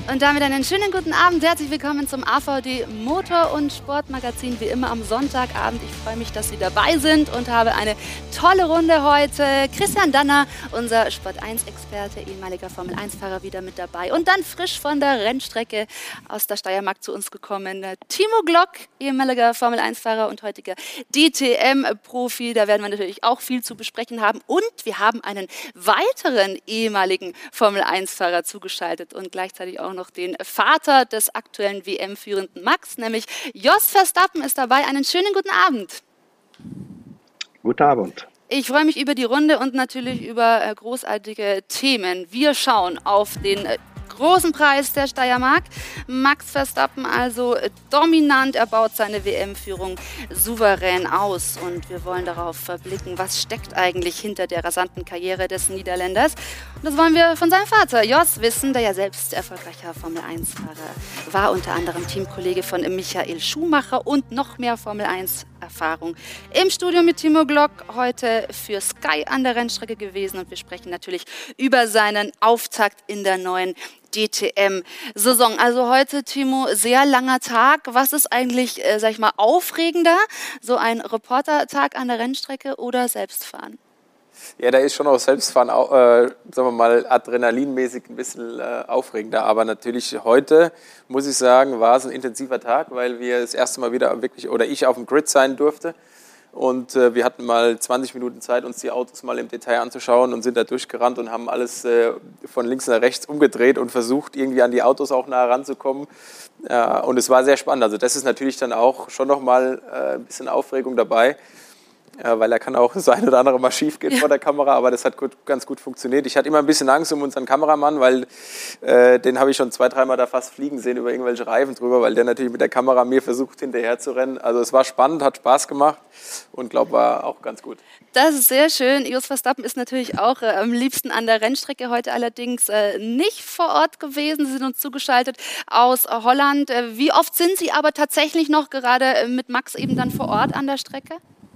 Und damit einen schönen guten Abend. Herzlich willkommen zum AVD Motor- und Sportmagazin, wie immer am Sonntagabend. Ich freue mich, dass Sie dabei sind und habe eine tolle Runde heute. Christian Danner, unser Sport1-Experte, ehemaliger Formel-1-Fahrer, wieder mit dabei. Und dann frisch von der Rennstrecke aus der Steiermark zu uns gekommen, Timo Glock, ehemaliger Formel-1-Fahrer und heutiger DTM-Profi. Da werden wir natürlich auch viel zu besprechen haben. Und wir haben einen weiteren ehemaligen Formel-1-Fahrer zugeschaltet und gleichzeitig auch noch den Vater des aktuellen WM-führenden Max, nämlich Jos Verstappen ist dabei. Einen schönen guten Abend. Guten Abend. Ich freue mich über die Runde und natürlich über großartige Themen. Wir schauen auf den großen Preis der Steiermark. Max Verstappen also dominant, er baut seine WM-Führung souverän aus und wir wollen darauf blicken, was steckt eigentlich hinter der rasanten Karriere des Niederländers. Und das wollen wir von seinem Vater Jos wissen, der ja selbst erfolgreicher Formel-1-Fahrer war, unter anderem Teamkollege von Michael Schumacher und noch mehr Formel-1-Erfahrung. Im Studio mit Timo Glock, heute für Sky an der Rennstrecke gewesen und wir sprechen natürlich über seinen Auftakt in der neuen DTM-Saison. Also heute, Timo, sehr langer Tag. Was ist eigentlich, sag ich mal, aufregender? So ein Reportertag an der Rennstrecke oder Selbstfahren? Ja, da ist schon auch Selbstfahren, sagen wir mal, adrenalinmäßig ein bisschen aufregender. Aber natürlich heute, muss ich sagen, war es ein intensiver Tag, weil wir das erste Mal wieder wirklich, oder ich auf dem Grid sein durfte. Und wir hatten mal 20 Minuten Zeit, uns die Autos mal im Detail anzuschauen und sind da durchgerannt und haben alles von links nach rechts umgedreht und versucht, irgendwie an die Autos auch nah ranzukommen. Und es war sehr spannend. Also das ist natürlich dann auch schon nochmal ein bisschen Aufregung dabei, weil da kann auch das ein oder andere mal schief gehen vor der Kamera, aber das hat ganz gut funktioniert. Ich hatte immer ein bisschen Angst um unseren Kameramann, weil den habe ich schon 2-3 Mal da fast fliegen sehen über irgendwelche Reifen drüber, weil der natürlich mit der Kamera mir versucht, hinterher zu rennen. Also es war spannend, hat Spaß gemacht und glaube, war auch ganz gut. Das ist sehr schön. Jos Verstappen ist natürlich auch am liebsten an der Rennstrecke, heute allerdings nicht vor Ort gewesen. Sie sind uns zugeschaltet aus Holland. Wie oft sind Sie aber tatsächlich noch gerade mit Max eben dann vor Ort an der Strecke?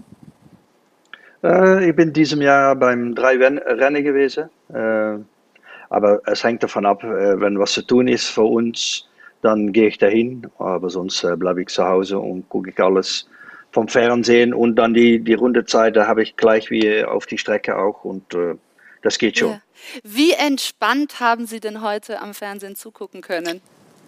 Ich bin diesem Jahr beim 3 Rennen gewesen, aber es hängt davon ab, wenn was zu tun ist für uns, dann gehe ich dahin, aber sonst bleibe ich zu Hause und gucke ich alles vom Fernsehen und dann die Rundezeit, da habe ich gleich wie auf die Strecke auch und das geht schon. Ja. Wie entspannt haben Sie denn heute am Fernsehen zugucken können?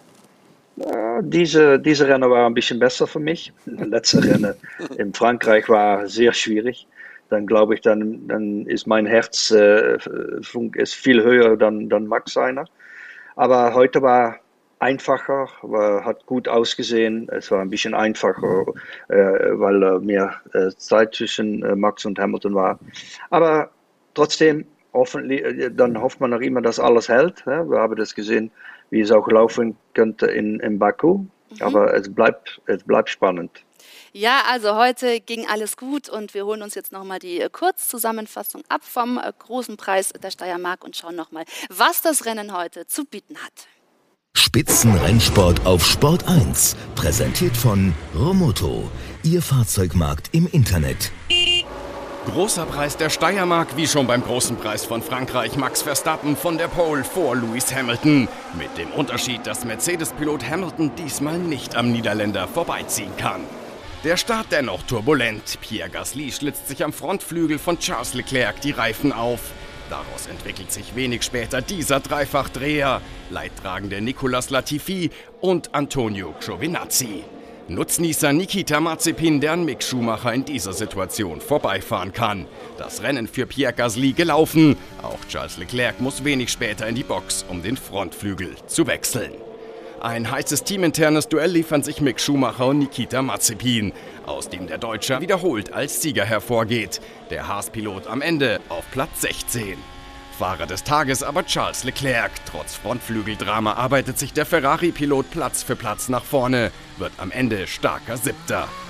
Diese Rennen war ein bisschen besser für mich. Das letzte Rennen in Frankreich war sehr schwierig. Dann glaube ich, dann ist mein Herzfunk ist viel höher dann Max seiner. Aber heute war einfacher, hat gut ausgesehen. Es war ein bisschen einfacher, weil mehr Zeit zwischen Max und Hamilton war. Aber trotzdem, hoffentlich, dann hofft man noch immer, dass alles hält. Wir haben das gesehen, wie es auch laufen könnte in Baku. Aber es bleibt spannend. Ja, also heute ging alles gut und wir holen uns jetzt nochmal die Kurzzusammenfassung ab vom großen Preis der Steiermark und schauen nochmal, was das Rennen heute zu bieten hat. Spitzenrennsport auf Sport 1, präsentiert von Romoto, Ihr Fahrzeugmarkt im Internet. Großer Preis der Steiermark, wie schon beim großen Preis von Frankreich, Max Verstappen von der Pole vor Lewis Hamilton. Mit dem Unterschied, dass Mercedes-Pilot Hamilton diesmal nicht am Niederländer vorbeiziehen kann. Der Start dennoch turbulent. Pierre Gasly schlitzt sich am Frontflügel von Charles Leclerc die Reifen auf. Daraus entwickelt sich wenig später dieser Dreifachdreher, leidtragende Nicolas Latifi und Antonio Giovinazzi. Nutznießer Nikita Mazepin, der an Mick Schumacher in dieser Situation vorbeifahren kann. Das Rennen für Pierre Gasly gelaufen. Auch Charles Leclerc muss wenig später in die Box, um den Frontflügel zu wechseln. Ein heißes teaminternes Duell liefern sich Mick Schumacher und Nikita Mazepin, aus dem der Deutsche wiederholt als Sieger hervorgeht. Der Haas-Pilot am Ende auf Platz 16. Fahrer des Tages aber Charles Leclerc. Trotz Frontflügeldrama arbeitet sich der Ferrari-Pilot Platz für Platz nach vorne, wird am Ende starker 7.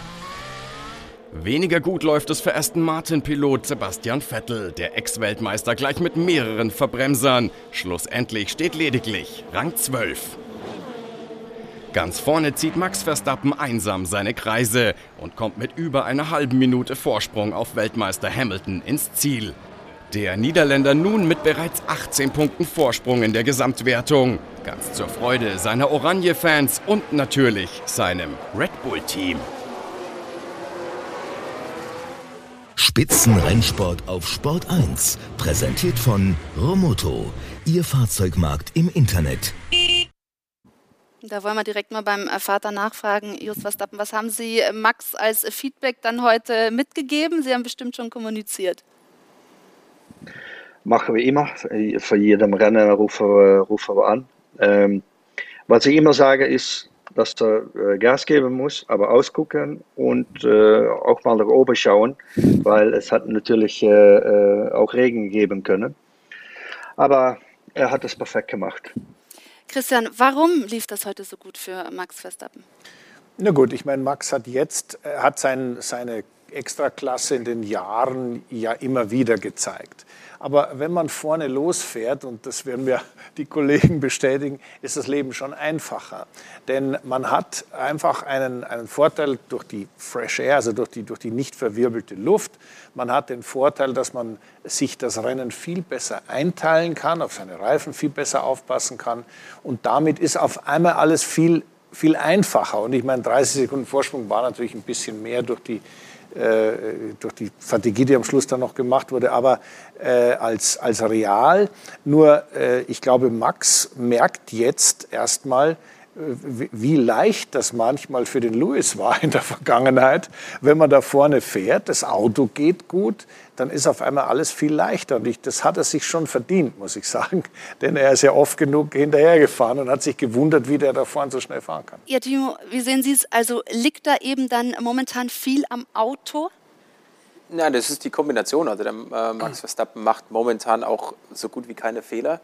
Weniger gut läuft es für Aston Martin-Pilot Sebastian Vettel, der Ex-Weltmeister gleich mit mehreren Verbremsern. Schlussendlich steht lediglich Rang 12. Ganz vorne zieht Max Verstappen einsam seine Kreise und kommt mit über einer halben Minute Vorsprung auf Weltmeister Hamilton ins Ziel. Der Niederländer nun mit bereits 18 Punkten Vorsprung in der Gesamtwertung. Ganz zur Freude seiner Oranje-Fans und natürlich seinem Red Bull-Team. Spitzenrennsport auf Sport 1, präsentiert von Romoto, Ihr Fahrzeugmarkt im Internet. Da wollen wir direkt mal beim Vater nachfragen. Jos Verstappen, was haben Sie Max als Feedback dann heute mitgegeben? Sie haben bestimmt schon kommuniziert. Machen wir immer. Für jedem Rennen rufen wir an. Was ich immer sage, ist, dass er Gas geben muss, aber ausgucken und auch mal nach oben schauen, weil es hat natürlich auch Regen geben können. Aber er hat es perfekt gemacht. Christian, warum lief das heute so gut für Max Verstappen? Na gut, ich meine, Max hat seine Extraklasse in den Jahren ja immer wieder gezeigt. Aber wenn man vorne losfährt, und das werden mir die Kollegen bestätigen, ist das Leben schon einfacher. Denn man hat einfach einen Vorteil durch die Fresh Air, also durch die nicht verwirbelte Luft. Man hat den Vorteil, dass man sich das Rennen viel besser einteilen kann, auf seine Reifen viel besser aufpassen kann. Und damit ist auf einmal alles viel einfacher. Und ich meine, 30 Sekunden Vorsprung war natürlich ein bisschen mehr durch die Fatigue, die am Schluss dann noch gemacht wurde, aber als real. Nur ich glaube, Max merkt jetzt erstmal, wie leicht das manchmal für den Lewis war in der Vergangenheit. Wenn man da vorne fährt, das Auto geht gut, dann ist auf einmal alles viel leichter. Und das hat er sich schon verdient, muss ich sagen. Denn er ist ja oft genug hinterhergefahren und hat sich gewundert, wie der da vorne so schnell fahren kann. Ja, Timo, wie sehen Sie es? Also liegt da eben dann momentan viel am Auto? Ja, das ist die Kombination. Also der Max Verstappen macht momentan auch so gut wie keine Fehler.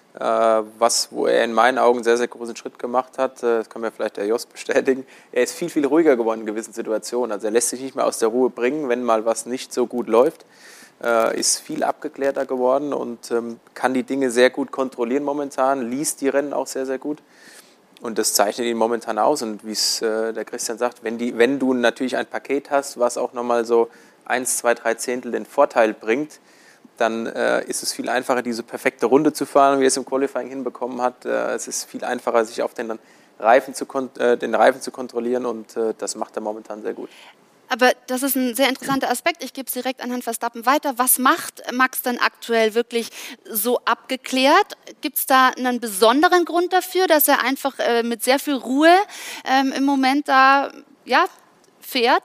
Wo er in meinen Augen einen sehr, sehr großen Schritt gemacht hat, das kann mir vielleicht der Jos bestätigen, er ist viel, viel ruhiger geworden in gewissen Situationen. Also er lässt sich nicht mehr aus der Ruhe bringen, wenn mal was nicht so gut läuft, ist viel abgeklärter geworden und kann die Dinge sehr gut kontrollieren momentan, liest die Rennen auch sehr, sehr gut. Und das zeichnet ihn momentan aus. Und wie es der Christian sagt, wenn du natürlich ein Paket hast, was auch nochmal so 1, 2, 3 Zehntel den Vorteil bringt, dann ist es viel einfacher, diese perfekte Runde zu fahren, wie er es im Qualifying hinbekommen hat. Es ist viel einfacher, sich auf den Reifen zu kontrollieren und das macht er momentan sehr gut. Aber das ist ein sehr interessanter Aspekt. Ich gebe es direkt an Herrn Verstappen weiter. Was macht Max denn aktuell wirklich so abgeklärt? Gibt es da einen besonderen Grund dafür, dass er einfach mit sehr viel Ruhe im Moment da fährt?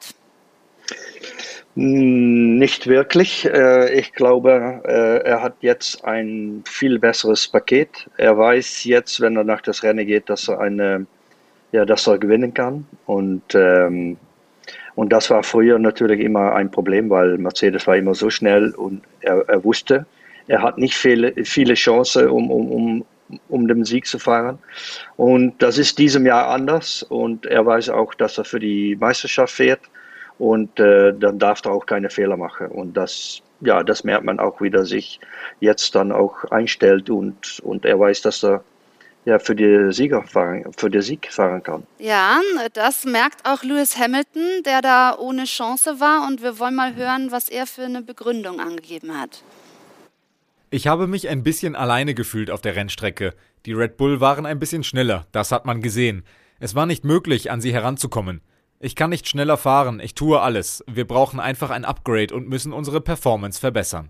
Nicht wirklich. Ich glaube, er hat jetzt ein viel besseres Paket. Er weiß jetzt, wenn er nach das Rennen geht, dass er gewinnen kann. Und das war früher natürlich immer ein Problem, weil Mercedes war immer so schnell und er wusste, er hat nicht viele Chancen, um den Sieg zu fahren. Und das ist diesem Jahr anders. Und er weiß auch, dass er für die Meisterschaft fährt. Und dann darf er auch keine Fehler machen. Und das merkt man auch, wie er sich jetzt dann auch einstellt. Und er weiß, dass er für den Sieg fahren kann. Ja, das merkt auch Lewis Hamilton, der da ohne Chance war. Und wir wollen mal hören, was er für eine Begründung angegeben hat. Ich habe mich ein bisschen alleine gefühlt auf der Rennstrecke. Die Red Bull waren ein bisschen schneller, das hat man gesehen. Es war nicht möglich, an sie heranzukommen. Ich kann nicht schneller fahren, ich tue alles. Wir brauchen einfach ein Upgrade und müssen unsere Performance verbessern.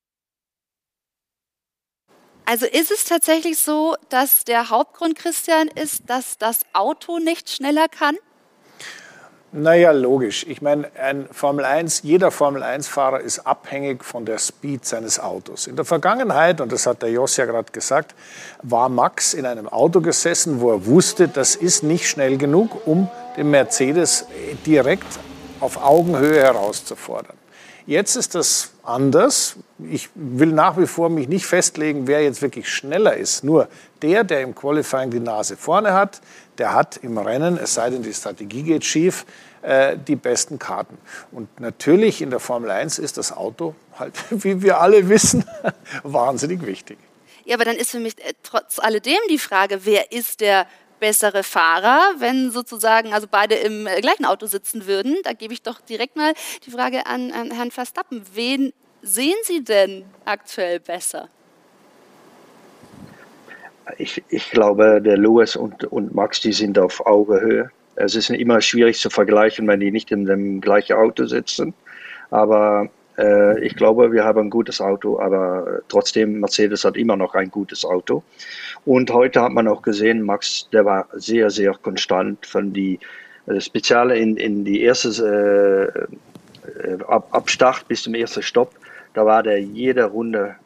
Also ist es tatsächlich so, dass der Hauptgrund, Christian, ist, dass das Auto nicht schneller kann? Naja, logisch. Ich meine, jeder Formel-1-Fahrer ist abhängig von der Speed seines Autos. In der Vergangenheit, und das hat der Jos ja gerade gesagt, war Max in einem Auto gesessen, wo er wusste, das ist nicht schnell genug, um den Mercedes direkt auf Augenhöhe herauszufordern. Jetzt ist das anders. Ich will nach wie vor mich nicht festlegen, wer jetzt wirklich schneller ist. Nur der im Qualifying die Nase vorne hat, der hat im Rennen, es sei denn, die Strategie geht schief, die besten Karten. Und natürlich in der Formel 1 ist das Auto halt, wie wir alle wissen, wahnsinnig wichtig. Ja, aber dann ist für mich trotz alledem die Frage, wer ist der bessere Fahrer, wenn sozusagen also beide im gleichen Auto sitzen würden? Da gebe ich doch direkt mal die Frage an Herrn Verstappen. Wen sehen Sie denn aktuell besser? Ich glaube, der Lewis und Max, die sind auf Augenhöhe. Es ist immer schwierig zu vergleichen, wenn die nicht in dem gleichen Auto sitzen. Aber ich glaube, wir haben ein gutes Auto, aber trotzdem, Mercedes hat immer noch ein gutes Auto. Und heute hat man auch gesehen, Max, der war sehr, sehr konstant von die Speziale in die erste ab Start bis zum ersten Stopp. Da war der jede Runde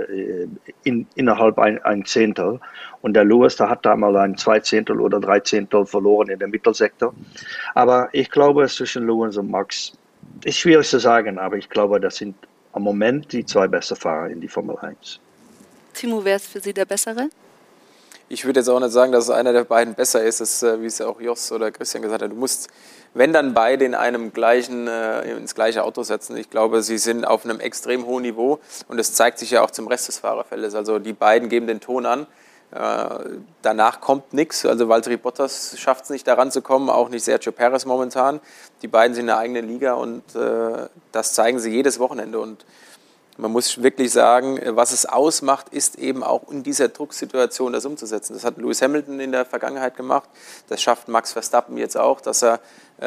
innerhalb ein Zehntel. Und der Lewis, der hat da mal ein 2 Zehntel oder 3 Zehntel verloren in der Mittelsektor. Aber ich glaube, zwischen Lewis und Max, ist schwierig zu sagen, aber ich glaube, das sind am Moment die 2 besten Fahrer in die Formel 1. Timo, wer ist für Sie der Bessere? Ich würde jetzt auch nicht sagen, dass es einer der beiden besser ist, wie es ja auch Jos oder Christian gesagt hat. Du musst, wenn dann beide in einem ins gleiche Auto setzen. Ich glaube, sie sind auf einem extrem hohen Niveau und das zeigt sich ja auch zum Rest des Fahrerfeldes. Also die beiden geben den Ton an. Danach kommt nichts. Also Valtteri Bottas schafft es nicht, daran zu kommen, auch nicht Sergio Perez momentan. Die beiden sind in der eigenen Liga und das zeigen sie jedes Wochenende. Und man muss wirklich sagen, was es ausmacht, ist eben auch in dieser Drucksituation das umzusetzen. Das hat Lewis Hamilton in der Vergangenheit gemacht. Das schafft Max Verstappen jetzt auch, dass er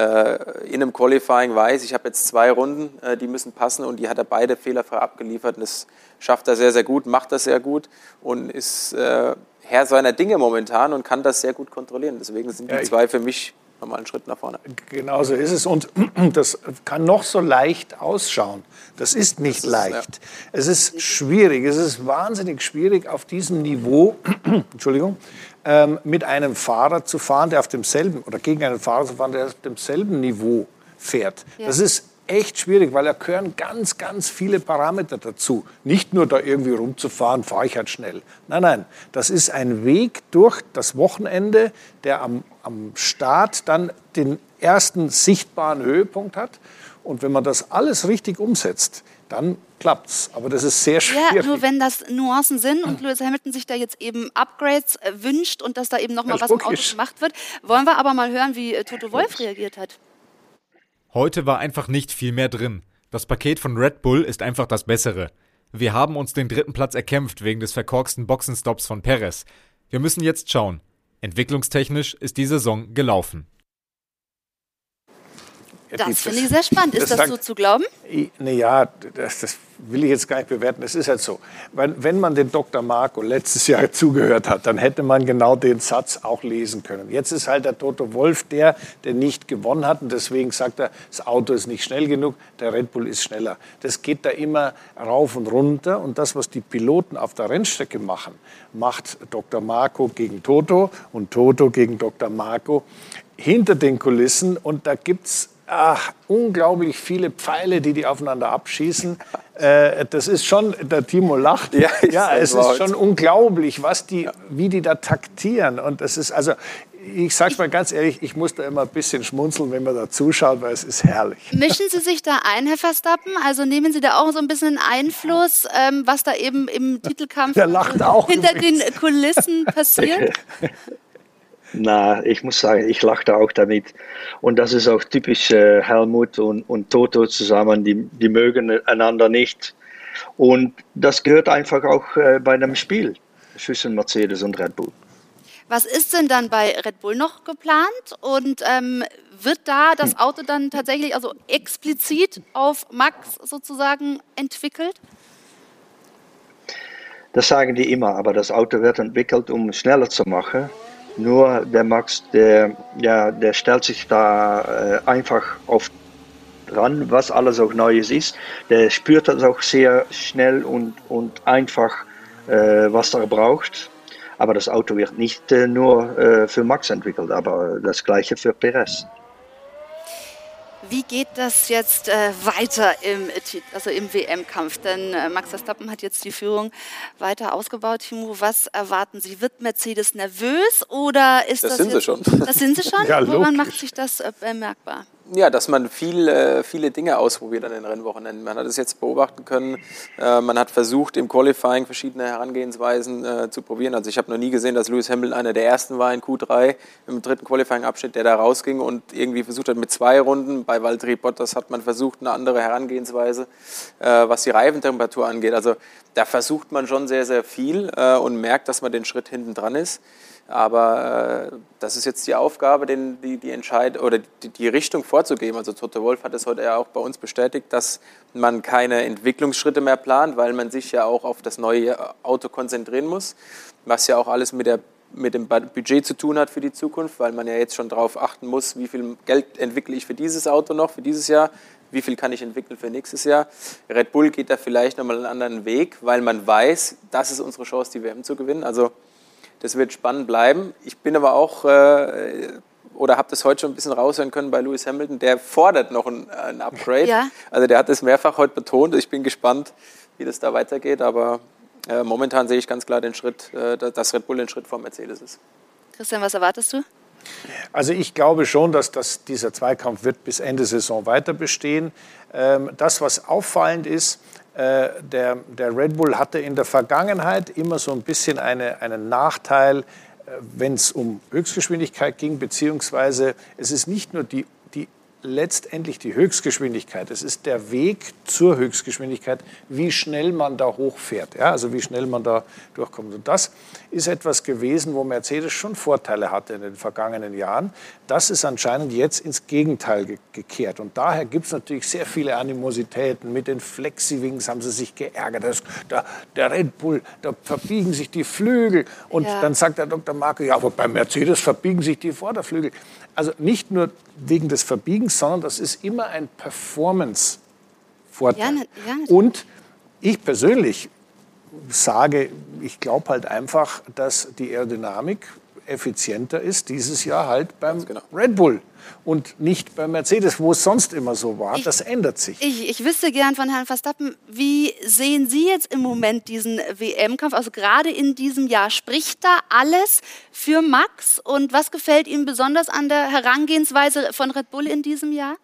in einem Qualifying weiß, ich habe jetzt 2 Runden, die müssen passen und die hat er beide fehlerfrei abgeliefert. Und das schafft er sehr, sehr gut, macht das sehr gut und ist Herr seiner Dinge momentan und kann das sehr gut kontrollieren. Deswegen sind die 2 für mich nochmal einen Schritt nach vorne. Genau so ist es und das kann noch so leicht ausschauen. Das ist nicht leicht. Ja. Es ist schwierig, es ist wahnsinnig schwierig auf diesem Niveau, Entschuldigung, mit einem Fahrer zu fahren, der auf demselben, oder gegen einen Fahrer zu fahren, der auf demselben Niveau fährt. Ja. Das ist echt schwierig, weil da gehören ganz, ganz viele Parameter dazu. Nicht nur da irgendwie rumzufahren, fahre ich halt schnell. Nein, nein, das ist ein Weg durch das Wochenende, der am Start dann den ersten sichtbaren Höhepunkt hat. Und wenn man das alles richtig umsetzt, dann klappt's. Aber das ist sehr schwierig. Ja, nur wenn das Nuancen sind und Lewis Hamilton sich da jetzt eben Upgrades wünscht und dass da eben nochmal was im Auto gemacht wird, wollen wir aber mal hören, wie Toto Wolff reagiert hat. Heute war einfach nicht viel mehr drin. Das Paket von Red Bull ist einfach das Bessere. Wir haben uns den 3. Platz erkämpft wegen des verkorksten Boxenstopps von Perez. Wir müssen jetzt schauen. Entwicklungstechnisch ist die Saison gelaufen. Das finde ich sehr spannend. Ist das so zu glauben? Naja, das will ich jetzt gar nicht bewerten. Es ist halt so. Wenn man den Dr. Marco letztes Jahr zugehört hat, dann hätte man genau den Satz auch lesen können. Jetzt ist halt der Toto Wolff der nicht gewonnen hat. Und deswegen sagt er, das Auto ist nicht schnell genug, der Red Bull ist schneller. Das geht da immer rauf und runter. Und das, was die Piloten auf der Rennstrecke machen, macht Dr. Marco gegen Toto und Toto gegen Dr. Marco hinter den Kulissen. Und da gibt's unglaublich viele Pfeile, die aufeinander abschießen. Das ist schon, der Timo lacht. Ja, es ist schon unglaublich, wie die da taktieren. Und das ist, also, ich sage mal ganz ehrlich, ich muss da immer ein bisschen schmunzeln, wenn man da zuschaut, weil es ist herrlich. Mischen Sie sich da ein, Herr Verstappen? Also nehmen Sie da auch so ein bisschen Einfluss, was da eben im Titelkampf hinter den Kulissen passiert? Na, ich muss sagen, ich lachte auch damit. Und das ist auch typisch Helmut und Toto zusammen, die mögen einander nicht. Und das gehört einfach auch bei einem Spiel zwischen Mercedes und Red Bull. Was ist denn dann bei Red Bull noch geplant? Und wird da das Auto dann tatsächlich also explizit auf Max sozusagen entwickelt? Das sagen die immer, aber das Auto wird entwickelt, um schneller zu machen. Nur der Max, der stellt sich da einfach oft dran, was alles auch Neues ist. Der spürt das auch sehr schnell und einfach, was er braucht. Aber das Auto wird nicht nur für Max entwickelt, aber das Gleiche für Perez. Wie geht das jetzt weiter im WM-Kampf? Denn Max Verstappen hat jetzt die Führung weiter ausgebaut. Timo, was erwarten Sie? Wird Mercedes nervös oder ist das? Das sind sie schon. Das sind sie schon? Ja, woran macht sich das bemerkbar? Ja, dass man viele Dinge ausprobiert an den Rennwochenenden. Man hat es jetzt beobachten können. Man hat versucht, im Qualifying verschiedene Herangehensweisen zu probieren. Also ich habe noch nie gesehen, dass Lewis Hamilton einer der ersten war in Q3 im dritten Qualifying-Abschnitt, der da rausging und irgendwie versucht hat mit 2 Runden. Bei Valtteri Bottas hat man versucht, eine andere Herangehensweise, was die Reifentemperatur angeht. Also da versucht man schon sehr, sehr viel und merkt, dass man den Schritt hinten dran ist. Aber das ist jetzt die Aufgabe, die Richtung vorzugeben. Also Toto Wolff hat es heute ja auch bei uns bestätigt, dass man keine Entwicklungsschritte mehr plant, weil man sich ja auch auf das neue Auto konzentrieren muss, was ja auch alles mit dem Budget zu tun hat für die Zukunft, weil man ja jetzt schon darauf achten muss, wie viel Geld entwickle ich für dieses Auto noch, für dieses Jahr, wie viel kann ich entwickeln für nächstes Jahr. Red Bull geht da vielleicht nochmal einen anderen Weg, weil man weiß, das ist unsere Chance, die WM zu gewinnen. Also das wird spannend bleiben. Ich bin aber auch, oder habe das heute schon ein bisschen raushören können bei Lewis Hamilton, der fordert noch ein Upgrade. Ja. Also der hat es mehrfach heute betont. Ich bin gespannt, wie das da weitergeht. Aber momentan sehe ich ganz klar den Schritt, dass Red Bull den Schritt vor Mercedes ist. Christian, was erwartest du? Also ich glaube schon, dass dieser Zweikampf wird bis Ende Saison weiter bestehen. Das, was auffallend ist, der Red Bull hatte in der Vergangenheit immer so ein bisschen einen Nachteil, wenn es um Höchstgeschwindigkeit ging, beziehungsweise es ist nicht nur letztendlich die Höchstgeschwindigkeit, es ist der Weg zur Höchstgeschwindigkeit, wie schnell man da hochfährt, ja, also wie schnell man da durchkommt. Und das ist etwas gewesen, wo Mercedes schon Vorteile hatte in den vergangenen Jahren. Das ist anscheinend jetzt ins Gegenteil gekehrt. Und daher gibt es natürlich sehr viele Animositäten. Mit den Flexi-Wings haben sie sich geärgert. Der Red Bull, da verbiegen sich die Flügel. Und dann sagt der Dr. Marco, ja, aber bei Mercedes verbiegen sich die Vorderflügel. Also nicht nur wegen des Verbiegens, sondern das ist immer ein Performance-Vorteil. Und ich persönlich sage, ich glaube halt einfach, dass die Aerodynamik effizienter ist dieses Jahr halt beim Red Bull und nicht bei Mercedes, wo es sonst immer so war. Das ändert sich. Ich wüsste gern von Herrn Verstappen, wie sehen Sie jetzt im Moment diesen WM-Kampf, also gerade in diesem Jahr? Spricht da alles für Max und was gefällt Ihnen besonders an der Herangehensweise von Red Bull in diesem Jahr?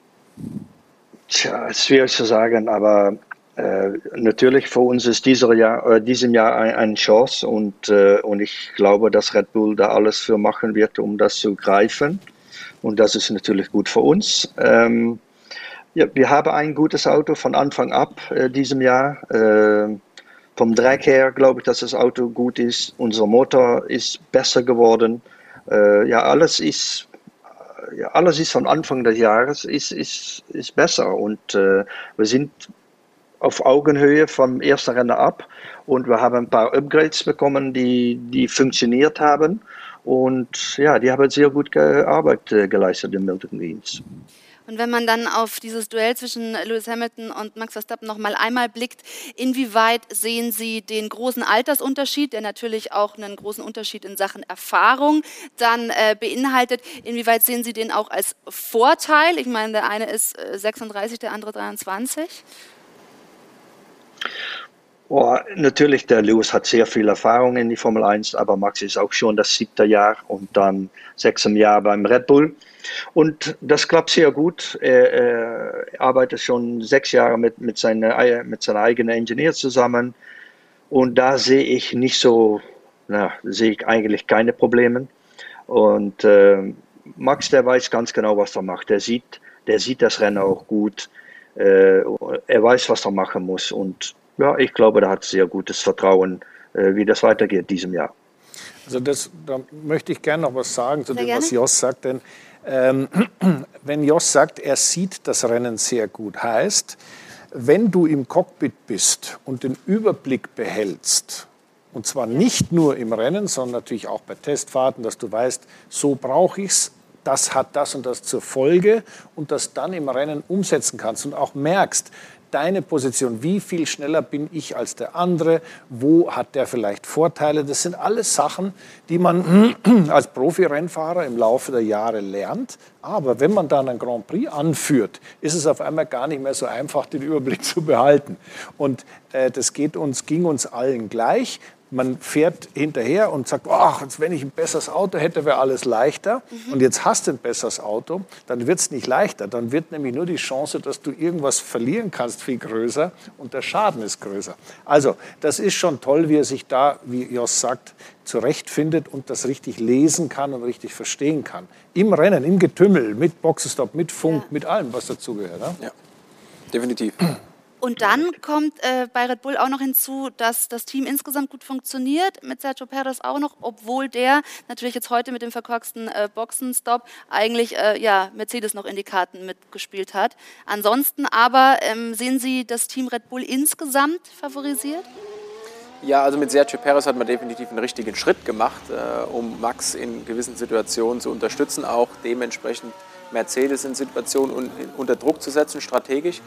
Tja, ist schwierig zu sagen, aber natürlich für uns ist diesem Jahr eine Chance und ich glaube, dass Red Bull da alles für machen wird, um das zu greifen. Und das ist natürlich gut für uns. Wir haben ein gutes Auto von Anfang ab diesem Jahr. Vom Dreck her glaube ich, dass das Auto gut ist. Unser Motor ist besser geworden. Alles ist von Anfang des Jahres ist besser. Und wir sind auf Augenhöhe vom ersten Rennen ab. Und wir haben ein paar Upgrades bekommen, die funktioniert haben. Und ja, die haben sehr gut Arbeit geleistet in Milton Keynes. Und wenn man dann auf dieses Duell zwischen Lewis Hamilton und Max Verstappen noch mal einmal blickt, inwieweit sehen Sie den großen Altersunterschied, der natürlich auch einen großen Unterschied in Sachen Erfahrung dann beinhaltet, inwieweit sehen Sie den auch als Vorteil? Ich meine, der eine ist 36, der andere 23. Natürlich, der Lewis hat sehr viel Erfahrung in die Formel 1, aber Max ist auch schon das 7. Jahr und dann 6. Jahr beim Red Bull. Und das klappt sehr gut. Er arbeitet schon 6 Jahre mit seiner eigenen Ingenieur zusammen. Und da sehe ich sehe ich eigentlich keine Probleme. Und Max, der weiß ganz genau, was er macht. Der sieht das Rennen auch gut. Er weiß, was er machen muss. Und ja, ich glaube, da hat sehr gutes Vertrauen, wie das weitergeht diesem Jahr. Also da möchte ich gerne noch was sagen zu dem, was Jos sagt. Denn wenn Jos sagt, er sieht das Rennen sehr gut, heißt, wenn du im Cockpit bist und den Überblick behältst, und zwar nicht nur im Rennen, sondern natürlich auch bei Testfahrten, dass du weißt, so brauche ich es, das hat das und das zur Folge und das dann im Rennen umsetzen kannst und auch merkst, deine Position, wie viel schneller bin ich als der andere, wo hat der vielleicht Vorteile. Das sind alles Sachen, die man als Profi-Rennfahrer im Laufe der Jahre lernt. Aber wenn man dann einen Grand Prix anführt, ist es auf einmal gar nicht mehr so einfach, den Überblick zu behalten. Und das ging uns allen gleich. man fährt hinterher und sagt, ach, wenn ich ein besseres Auto hätte, wäre alles leichter. Und jetzt hast du ein besseres Auto, dann wird es nicht leichter. Dann wird nämlich nur die Chance, dass du irgendwas verlieren kannst, viel größer und der Schaden ist größer. Also das ist schon toll, wie er sich da, wie Jos sagt, zurechtfindet und das richtig lesen kann und richtig verstehen kann. Im Rennen, im Getümmel, mit Boxenstopp, mit Funk, mit allem, was dazugehört. Ne? Ja, definitiv. Und dann kommt bei Red Bull auch noch hinzu, dass das Team insgesamt gut funktioniert, mit Sergio Perez auch noch, obwohl der natürlich jetzt heute mit dem verkorksten Boxenstopp eigentlich Mercedes noch in die Karten mitgespielt hat. Ansonsten aber sehen Sie das Team Red Bull insgesamt favorisiert? Ja, also mit Sergio Perez hat man definitiv einen richtigen Schritt gemacht, um Max in gewissen Situationen zu unterstützen, auch dementsprechend Mercedes in Situationen unter Druck zu setzen, strategisch.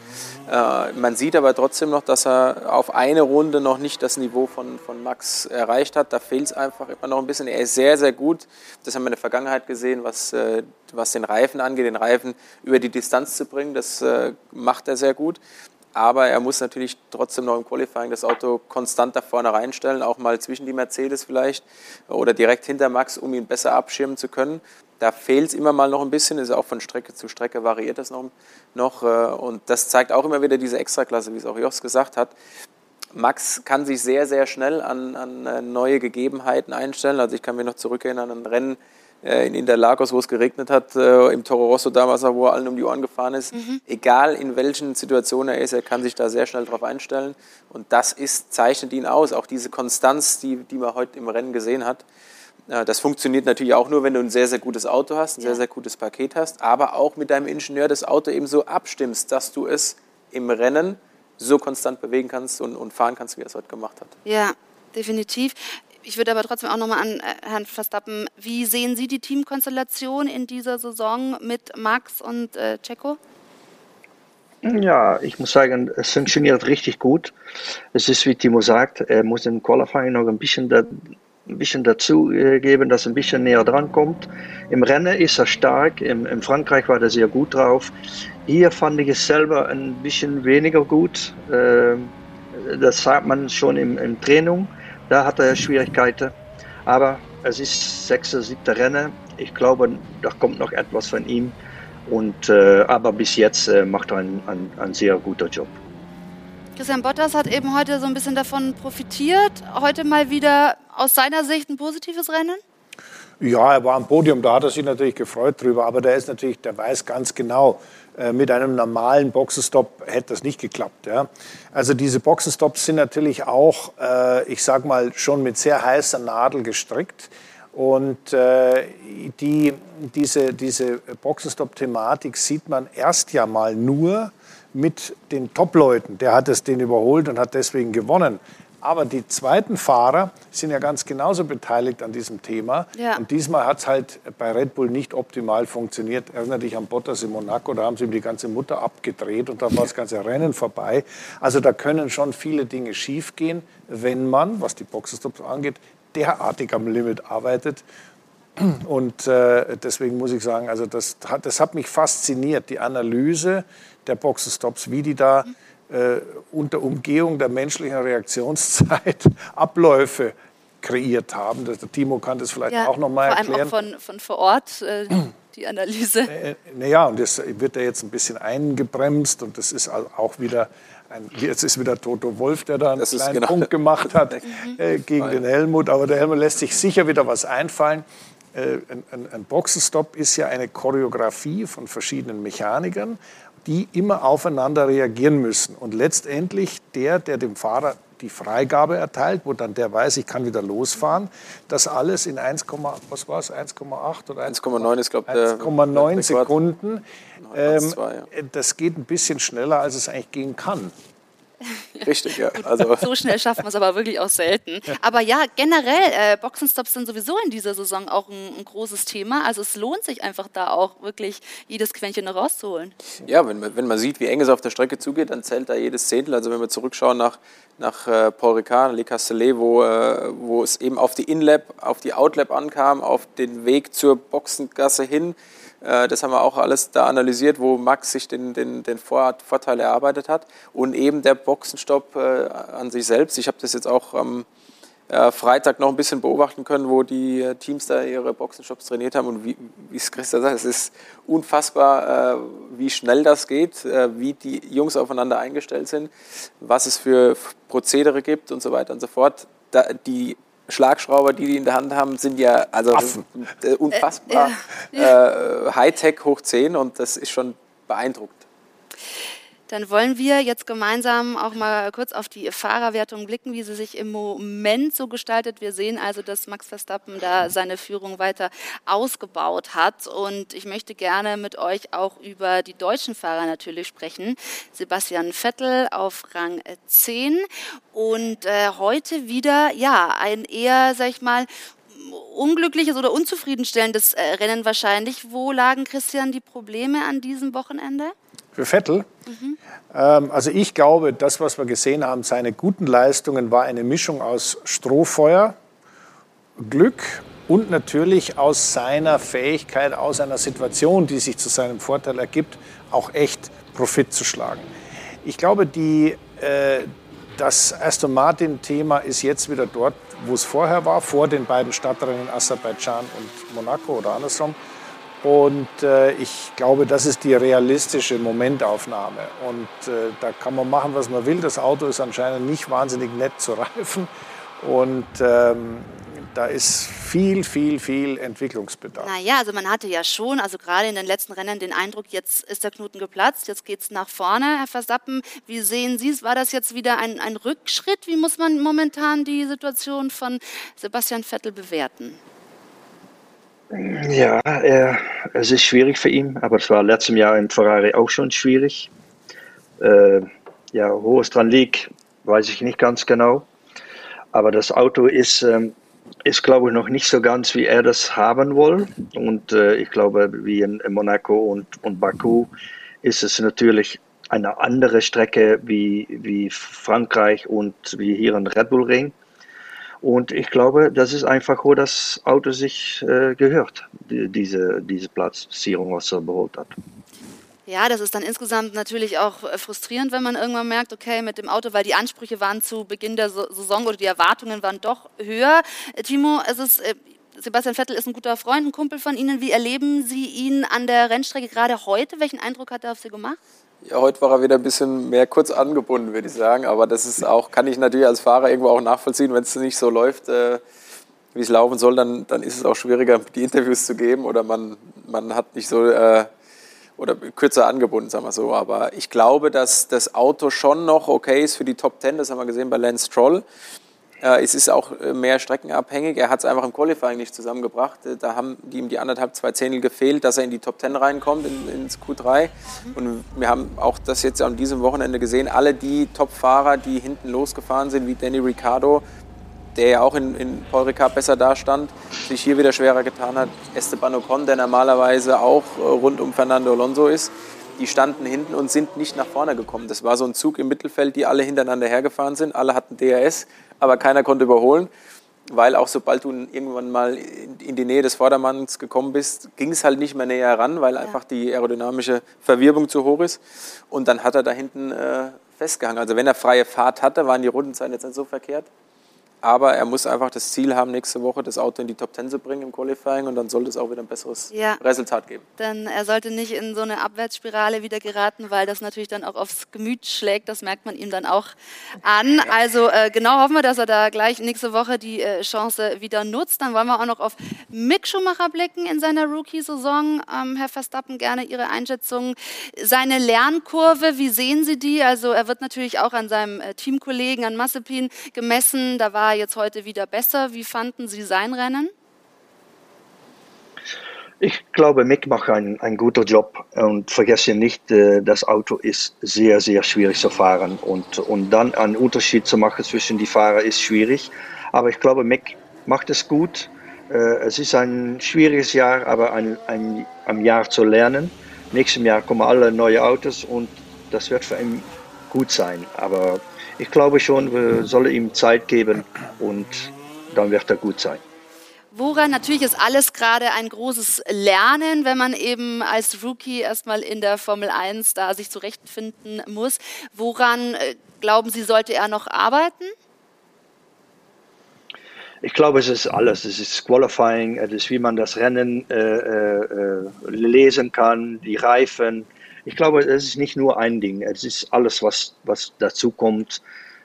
Man sieht aber trotzdem noch, dass er auf eine Runde noch nicht das Niveau von Max erreicht hat. Da fehlt es einfach immer noch ein bisschen. Er ist sehr, sehr gut. Das haben wir in der Vergangenheit gesehen, was den Reifen angeht, den Reifen über die Distanz zu bringen. Das macht er sehr gut. Aber er muss natürlich trotzdem noch im Qualifying das Auto konstant da vorne reinstellen, auch mal zwischen die Mercedes vielleicht oder direkt hinter Max, um ihn besser abschirmen zu können. Da fehlt es immer mal noch ein bisschen, ist auch von Strecke zu Strecke variiert das noch. Und das zeigt auch immer wieder diese Extraklasse, wie es auch Jos gesagt hat. Max kann sich sehr, sehr schnell an neue Gegebenheiten einstellen. Also ich kann mich noch zurückerinnern an ein Rennen in Interlagos, wo es geregnet hat, im Toro Rosso damals, wo er allen um die Ohren gefahren ist. Egal in welchen Situationen er ist, er kann sich da sehr schnell drauf einstellen. Und das zeichnet ihn aus. Auch diese Konstanz, die man heute im Rennen gesehen hat. Das funktioniert natürlich auch nur, wenn du ein sehr, sehr gutes Auto hast, ein sehr, sehr gutes Paket hast, aber auch mit deinem Ingenieur das Auto eben so abstimmst, dass du es im Rennen so konstant bewegen kannst und fahren kannst, wie er es heute gemacht hat. Ja, definitiv. Ich würde aber trotzdem auch nochmal an Herrn Verstappen, wie sehen Sie die Teamkonstellation in dieser Saison mit Max und Checo? Ja, ich muss sagen, es funktioniert richtig gut. Es ist, wie Timo sagt, er muss im Qualifying noch ein bisschen dazu geben, dass er ein bisschen näher dran kommt. Im Rennen ist er stark, in Frankreich war er sehr gut drauf. Hier fand ich es selber ein bisschen weniger gut. Das sagt man schon im Training. Da hat er Schwierigkeiten. Aber es ist 6., 7. Rennen. Ich glaube, da kommt noch etwas von ihm. Aber bis jetzt macht er einen sehr guten Job. Christian Bottas hat eben heute so ein bisschen davon profitiert. Heute mal wieder aus seiner Sicht ein positives Rennen? Ja, er war am Podium, da hat er sich natürlich gefreut drüber. Aber der weiß ganz genau, mit einem normalen Boxenstopp hätte das nicht geklappt. Ja. Also diese Boxenstops sind natürlich auch, ich sag mal, schon mit sehr heißer Nadel gestrickt. Und diese Boxenstopp-Thematik sieht man erst ja mal nur mit den Top-Leuten. Der hat den überholt und hat deswegen gewonnen. Aber die zweiten Fahrer sind ja ganz genauso beteiligt an diesem Thema. Ja. Und diesmal hat es halt bei Red Bull nicht optimal funktioniert. Erinnert dich an Bottas in Monaco, da haben sie ihm die ganze Mutter abgedreht und dann war das ganze Rennen vorbei. Also da können schon viele Dinge schiefgehen, wenn man, was die Boxenstops angeht, derartig am Limit arbeitet. Und deswegen muss ich sagen, also das hat mich fasziniert, die Analyse der Boxenstops, wie die da unter Umgehung der menschlichen Reaktionszeit Abläufe kreiert haben. Der Timo kann das vielleicht auch noch mal erklären. Vor allem auch von vor Ort, die Analyse. Naja, und das wird ja jetzt ein bisschen eingebremst und das ist auch wieder jetzt ist wieder Toto Wolff, der da einen kleinen Punkt gemacht hat gegen den Helmut. Aber der Helmut lässt sich sicher wieder was einfallen. Ein Boxenstopp ist ja eine Choreografie von verschiedenen Mechanikern, die immer aufeinander reagieren müssen. Und letztendlich der dem Fahrer die Freigabe erteilt, wo dann der weiß, ich kann wieder losfahren, das alles in 1,8 oder 1,9 ist, glaube ich, 1,9 Sekunden. Das geht ein bisschen schneller, als es eigentlich gehen kann. Richtig, ja. Also. So schnell schafft man es aber wirklich auch selten. Aber ja, generell, Boxenstops sind sowieso in dieser Saison auch ein großes Thema. Also es lohnt sich einfach da auch wirklich jedes Quäntchen rauszuholen. Ja, wenn man sieht, wie eng es auf der Strecke zugeht, dann zählt da jedes Zehntel. Also wenn wir zurückschauen nach Paul Ricard, Le Castellet, wo es eben auf die In-Lap, auf die Out-Lap ankam, auf den Weg zur Boxengasse hin. Das haben wir auch alles da analysiert, wo Max sich den Vorteil erarbeitet hat. Und eben der Boxenstopp an sich selbst. Ich habe das jetzt auch Freitag noch ein bisschen beobachten können, wo die Teams da ihre Boxenshops trainiert haben. Und wie es Christa sagt, es ist unfassbar, wie schnell das geht, wie die Jungs aufeinander eingestellt sind, was es für Prozedere gibt und so weiter und so fort. Die Schlagschrauber, die in der Hand haben, sind ja also unfassbar Hightech hoch 10 und das ist schon beeindruckend. Dann wollen wir jetzt gemeinsam auch mal kurz auf die Fahrerwertung blicken, wie sie sich im Moment so gestaltet. Wir sehen also, dass Max Verstappen da seine Führung weiter ausgebaut hat. Und ich möchte gerne mit euch auch über die deutschen Fahrer natürlich sprechen. Sebastian Vettel auf Rang 10 und heute wieder, ein eher, sag ich mal, unglückliches oder unzufriedenstellendes Rennen wahrscheinlich. Wo lagen, Christian, die Probleme an diesem Wochenende? Für Vettel? Also ich glaube, das, was wir gesehen haben, seine guten Leistungen, war eine Mischung aus Strohfeuer, Glück und natürlich aus seiner Fähigkeit, aus einer Situation, die sich zu seinem Vorteil ergibt, auch echt Profit zu schlagen. Ich glaube, das Aston Martin-Thema ist jetzt wieder dort, wo es vorher war, vor den beiden Stadtrennen Aserbaidschan und Monaco oder andersrum. Und ich glaube, das ist die realistische Momentaufnahme. Und da kann man machen, was man will. Das Auto ist anscheinend nicht wahnsinnig nett zu reifen. Und da ist viel Entwicklungsbedarf. Naja, also man hatte ja schon, also gerade in den letzten Rennen den Eindruck, jetzt ist der Knoten geplatzt, jetzt geht es nach vorne. Herr Verstappen, wie sehen Sie es? War das jetzt wieder ein Rückschritt? Wie muss man momentan die Situation von Sebastian Vettel bewerten? Ja, es ist schwierig für ihn, aber es war letztes Jahr in Ferrari auch schon schwierig. Wo es dran liegt, weiß ich nicht ganz genau. Aber das Auto ist, glaube ich, noch nicht so ganz, wie er das haben will. Und ich glaube, wie in Monaco und Baku ist es natürlich eine andere Strecke wie Frankreich und wie hier in Red Bull Ring. Und ich glaube, das ist einfach, wo das Auto sich gehört, diese Platzierung, was er beholt hat. Ja, das ist dann insgesamt natürlich auch frustrierend, wenn man irgendwann merkt, okay, mit dem Auto, weil die Ansprüche waren zu Beginn der Saison oder die Erwartungen waren doch höher. Timo, Sebastian Vettel ist ein guter Freund, ein Kumpel von Ihnen. Wie erleben Sie ihn an der Rennstrecke gerade heute? Welchen Eindruck hat er auf Sie gemacht? Ja, heute war er wieder ein bisschen mehr kurz angebunden, würde ich sagen. Aber das ist auch, kann ich natürlich als Fahrer irgendwo auch nachvollziehen. Wenn es nicht so läuft, wie es laufen soll, dann ist es auch schwieriger, die Interviews zu geben. Oder man hat nicht so, oder kürzer angebunden, sagen wir so. Aber ich glaube, dass das Auto schon noch okay ist für die Top 10. Das haben wir gesehen bei Lance Stroll. Es ist auch mehr streckenabhängig. Er hat es einfach im Qualifying nicht zusammengebracht. Da haben ihm die 1,5–2 Zehntel gefehlt, dass er in die Top 10 reinkommt, ins Q3. Und wir haben auch das jetzt an diesem Wochenende gesehen. Alle die Top-Fahrer, die hinten losgefahren sind, wie Danny Ricciardo, der ja auch in Paul Ricard besser dastand, sich hier wieder schwerer getan hat. Esteban Ocon, der normalerweise auch rund um Fernando Alonso ist. Die standen hinten und sind nicht nach vorne gekommen. Das war so ein Zug im Mittelfeld, die alle hintereinander hergefahren sind. Alle hatten DRS, aber keiner konnte überholen, weil auch sobald du irgendwann mal in die Nähe des Vordermanns gekommen bist, ging es halt nicht mehr näher heran, weil einfach die aerodynamische Verwirbelung zu hoch ist. Und dann hat er da hinten festgehangen. Also wenn er freie Fahrt hatte, waren die Rundenzeiten jetzt nicht so verkehrt. Aber er muss einfach das Ziel haben, nächste Woche das Auto in die Top 10 zu bringen im Qualifying und dann sollte es auch wieder ein besseres Resultat geben. Denn er sollte nicht in so eine Abwärtsspirale wieder geraten, weil das natürlich dann auch aufs Gemüt schlägt. Das merkt man ihm dann auch an. Also genau hoffen wir, dass er da gleich nächste Woche die Chance wieder nutzt. Dann wollen wir auch noch auf Mick Schumacher blicken in seiner Rookie-Saison. Herr Verstappen, gerne Ihre Einschätzung. Seine Lernkurve, wie sehen Sie die? Also er wird natürlich auch an seinem Teamkollegen, an Mazepin gemessen. Da war jetzt heute wieder besser. Wie fanden Sie sein Rennen? Ich glaube, Mick macht einen guten Job und vergesse nicht, das Auto ist sehr, sehr schwierig zu fahren und dann einen Unterschied zu machen zwischen die Fahrer ist schwierig. Aber ich glaube, Mick macht es gut. Es ist ein schwieriges Jahr, aber ein Jahr zu lernen. Nächstes Jahr kommen alle neue Autos und das wird für ihn gut sein. Aber ich glaube schon, wir sollen ihm Zeit geben und dann wird er gut sein. Woran, natürlich ist alles gerade ein großes Lernen, wenn man eben als Rookie erstmal in der Formel 1 da sich zurechtfinden muss. Woran, glauben Sie, sollte er noch arbeiten? Ich glaube, es ist alles. Es ist Qualifying, es ist, wie man das Rennen lesen kann, die Reifen. Ich glaube, es ist nicht nur ein Ding. Es ist alles, was dazu kommt.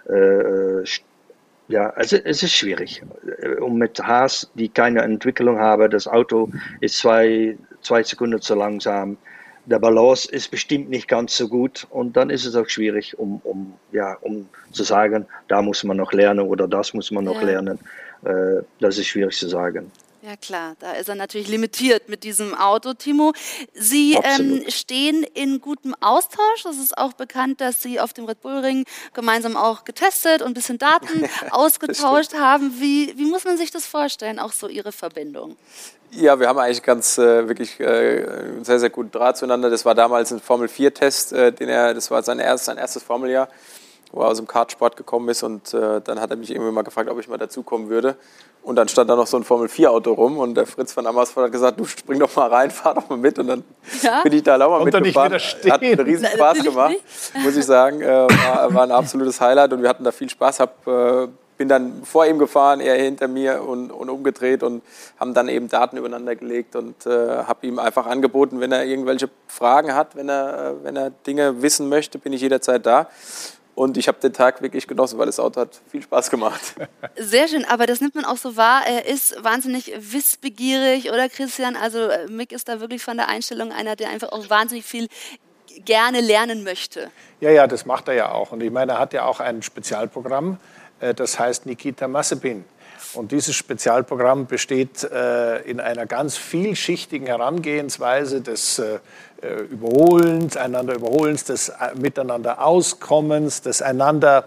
Ja, also es ist schwierig. Und mit Haas, die keine Entwicklung haben, das Auto ist zwei Sekunden zu langsam. Der Balance ist bestimmt nicht ganz so gut und dann ist es auch schwierig, um zu sagen, da muss man noch lernen oder das muss man noch lernen. Das ist schwierig zu sagen. Ja klar, da ist er natürlich limitiert mit diesem Auto, Timo. Sie stehen in gutem Austausch. Es ist auch bekannt, dass Sie auf dem Red Bull Ring gemeinsam auch getestet und ein bisschen Daten ausgetauscht haben. Wie muss man sich das vorstellen, auch so Ihre Verbindung? Ja, wir haben eigentlich wirklich sehr, sehr guten Draht zueinander. Das war damals ein Formel-4-Test, das war sein erstes Formeljahr, wo er aus dem Kartsport gekommen ist und dann hat er mich irgendwie mal gefragt, ob ich mal dazukommen würde. Und dann stand da noch so ein Formel-4-Auto rum und der Fritz van Amersfoort hat gesagt, du spring doch mal rein, fahr doch mal mit. Und dann bin ich da auch mal mitgefahren. Hat einen riesen Spaß gemacht, muss ich sagen. War ein absolutes Highlight und wir hatten da viel Spaß. Bin dann vor ihm gefahren, er hinter mir und umgedreht und haben dann eben Daten übereinander gelegt und habe ihm einfach angeboten, wenn er irgendwelche Fragen hat, wenn er Dinge wissen möchte, bin ich jederzeit da. Und ich habe den Tag wirklich genossen, weil das Auto hat viel Spaß gemacht. Sehr schön, aber das nimmt man auch so wahr. Er ist wahnsinnig wissbegierig, oder Christian? Also Mick ist da wirklich von der Einstellung einer, der einfach auch wahnsinnig viel gerne lernen möchte. Ja, das macht er ja auch. Und ich meine, er hat ja auch ein Spezialprogramm, das heißt Nikita Mazepin. Und dieses Spezialprogramm besteht in einer ganz vielschichtigen Herangehensweise des Überholens, einander Überholens, des Miteinander Auskommens, des einander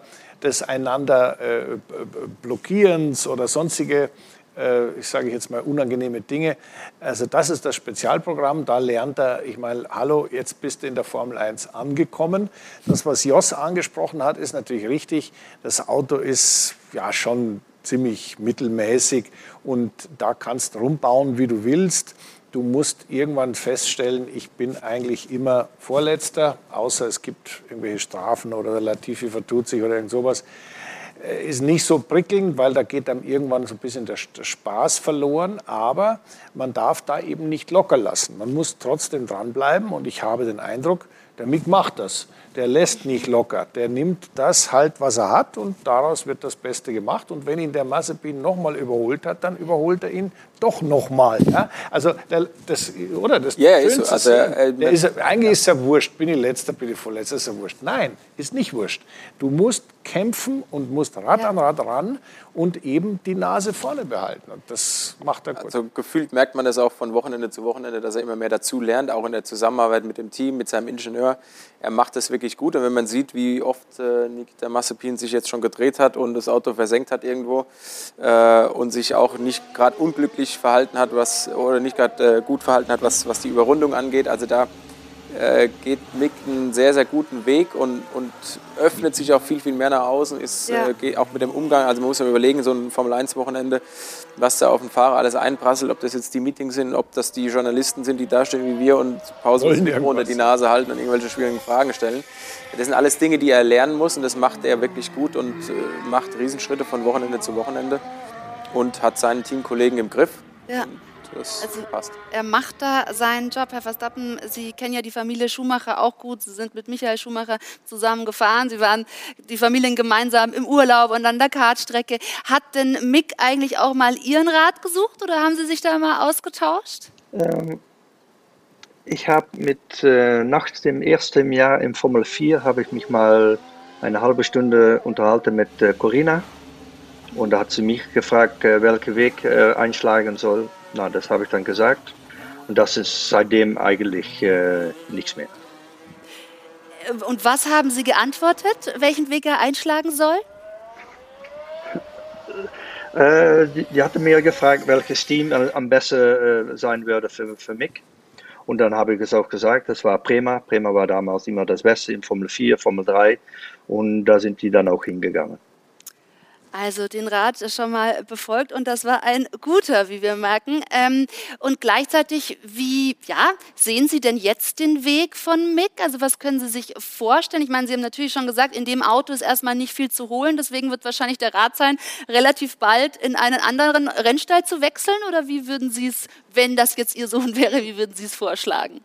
Blockierens oder sonstige, ich sage jetzt mal, unangenehme Dinge. Also das ist das Spezialprogramm, da lernt er, ich meine, hallo, jetzt bist du in der Formel 1 angekommen. Das, was Jos angesprochen hat, ist natürlich richtig. Das Auto ist ja schon ziemlich mittelmäßig und da kannst du rumbauen, wie du willst. Du musst irgendwann feststellen, ich bin eigentlich immer Vorletzter, außer es gibt irgendwelche Strafen oder der Latifi vertut sich oder irgend sowas. Ist nicht so prickelnd, weil da geht dann irgendwann so ein bisschen der Spaß verloren, aber man darf da eben nicht locker lassen. Man muss trotzdem dranbleiben und ich habe den Eindruck, der Mick macht das. Der lässt nicht locker. Der nimmt das halt, was er hat und daraus wird das Beste gemacht. Und wenn ihn der Mazepin nochmal überholt hat, dann überholt er ihn doch nochmal. Ja? Also das Schönste also, eigentlich ist es ja wurscht. Bin ich Letzter, bin ich Vorletzter, ist ja wurscht. Nein, ist nicht wurscht. Du musst kämpfen und musst Rad an Rad ran und eben die Nase vorne behalten. Und das macht er gut. Also gefühlt merkt man das auch von Wochenende zu Wochenende, dass er immer mehr dazu lernt, auch in der Zusammenarbeit mit dem Team, mit seinem Ingenieur. Er macht das wirklich gut. Und wenn man sieht, wie oft Nikita Mazepin sich jetzt schon gedreht hat und das Auto versenkt hat irgendwo und sich auch nicht gerade unglücklich verhalten hat, oder nicht gerade gut verhalten hat, was die Überrundung angeht. Also da geht Mick einen sehr, sehr guten Weg und öffnet sich auch viel, viel mehr nach außen, geht auch mit dem Umgang, also man muss ja überlegen, so ein Formel-1-Wochenende, was da auf den Fahrer alles einprasselt, ob das jetzt die Meetings sind, ob das die Journalisten sind, die da stehen wie wir und pausenlos unter die Nase halten und irgendwelche schwierigen Fragen stellen. Das sind alles Dinge, die er lernen muss und das macht er wirklich gut und macht Riesenschritte von Wochenende zu Wochenende und hat seinen Teamkollegen im Griff. Ja. Das passt. Er macht da seinen Job, Herr Verstappen. Sie kennen ja die Familie Schumacher auch gut. Sie sind mit Michael Schumacher zusammen gefahren. Sie waren die Familien gemeinsam im Urlaub und an der Kartstrecke. Hat denn Mick eigentlich auch mal Ihren Rat gesucht oder haben Sie sich da mal ausgetauscht? Ich habe nach dem ersten Jahr im Formel 4 habe ich mich mal eine halbe Stunde unterhalten mit Corinna. Und da hat sie mich gefragt, welchen Weg einschlagen soll. Na, das habe ich dann gesagt. Und das ist seitdem eigentlich nichts mehr. Und was haben Sie geantwortet, welchen Weg er einschlagen soll? Die hatte mir gefragt, welches Team am besten sein würde für Mick. Und dann habe ich es auch gesagt, das war Prema. Prema war damals immer das Beste in Formel 4, Formel 3. Und da sind die dann auch hingegangen. Also den Rat schon mal befolgt und das war ein guter, wie wir merken. Und gleichzeitig, wie sehen Sie denn jetzt den Weg von Mick? Also was können Sie sich vorstellen? Ich meine, Sie haben natürlich schon gesagt, in dem Auto ist erstmal nicht viel zu holen. Deswegen wird wahrscheinlich der Rat sein, relativ bald in einen anderen Rennstall zu wechseln. Oder wie würden Sie es, wenn das jetzt Ihr Sohn wäre, wie würden Sie es vorschlagen?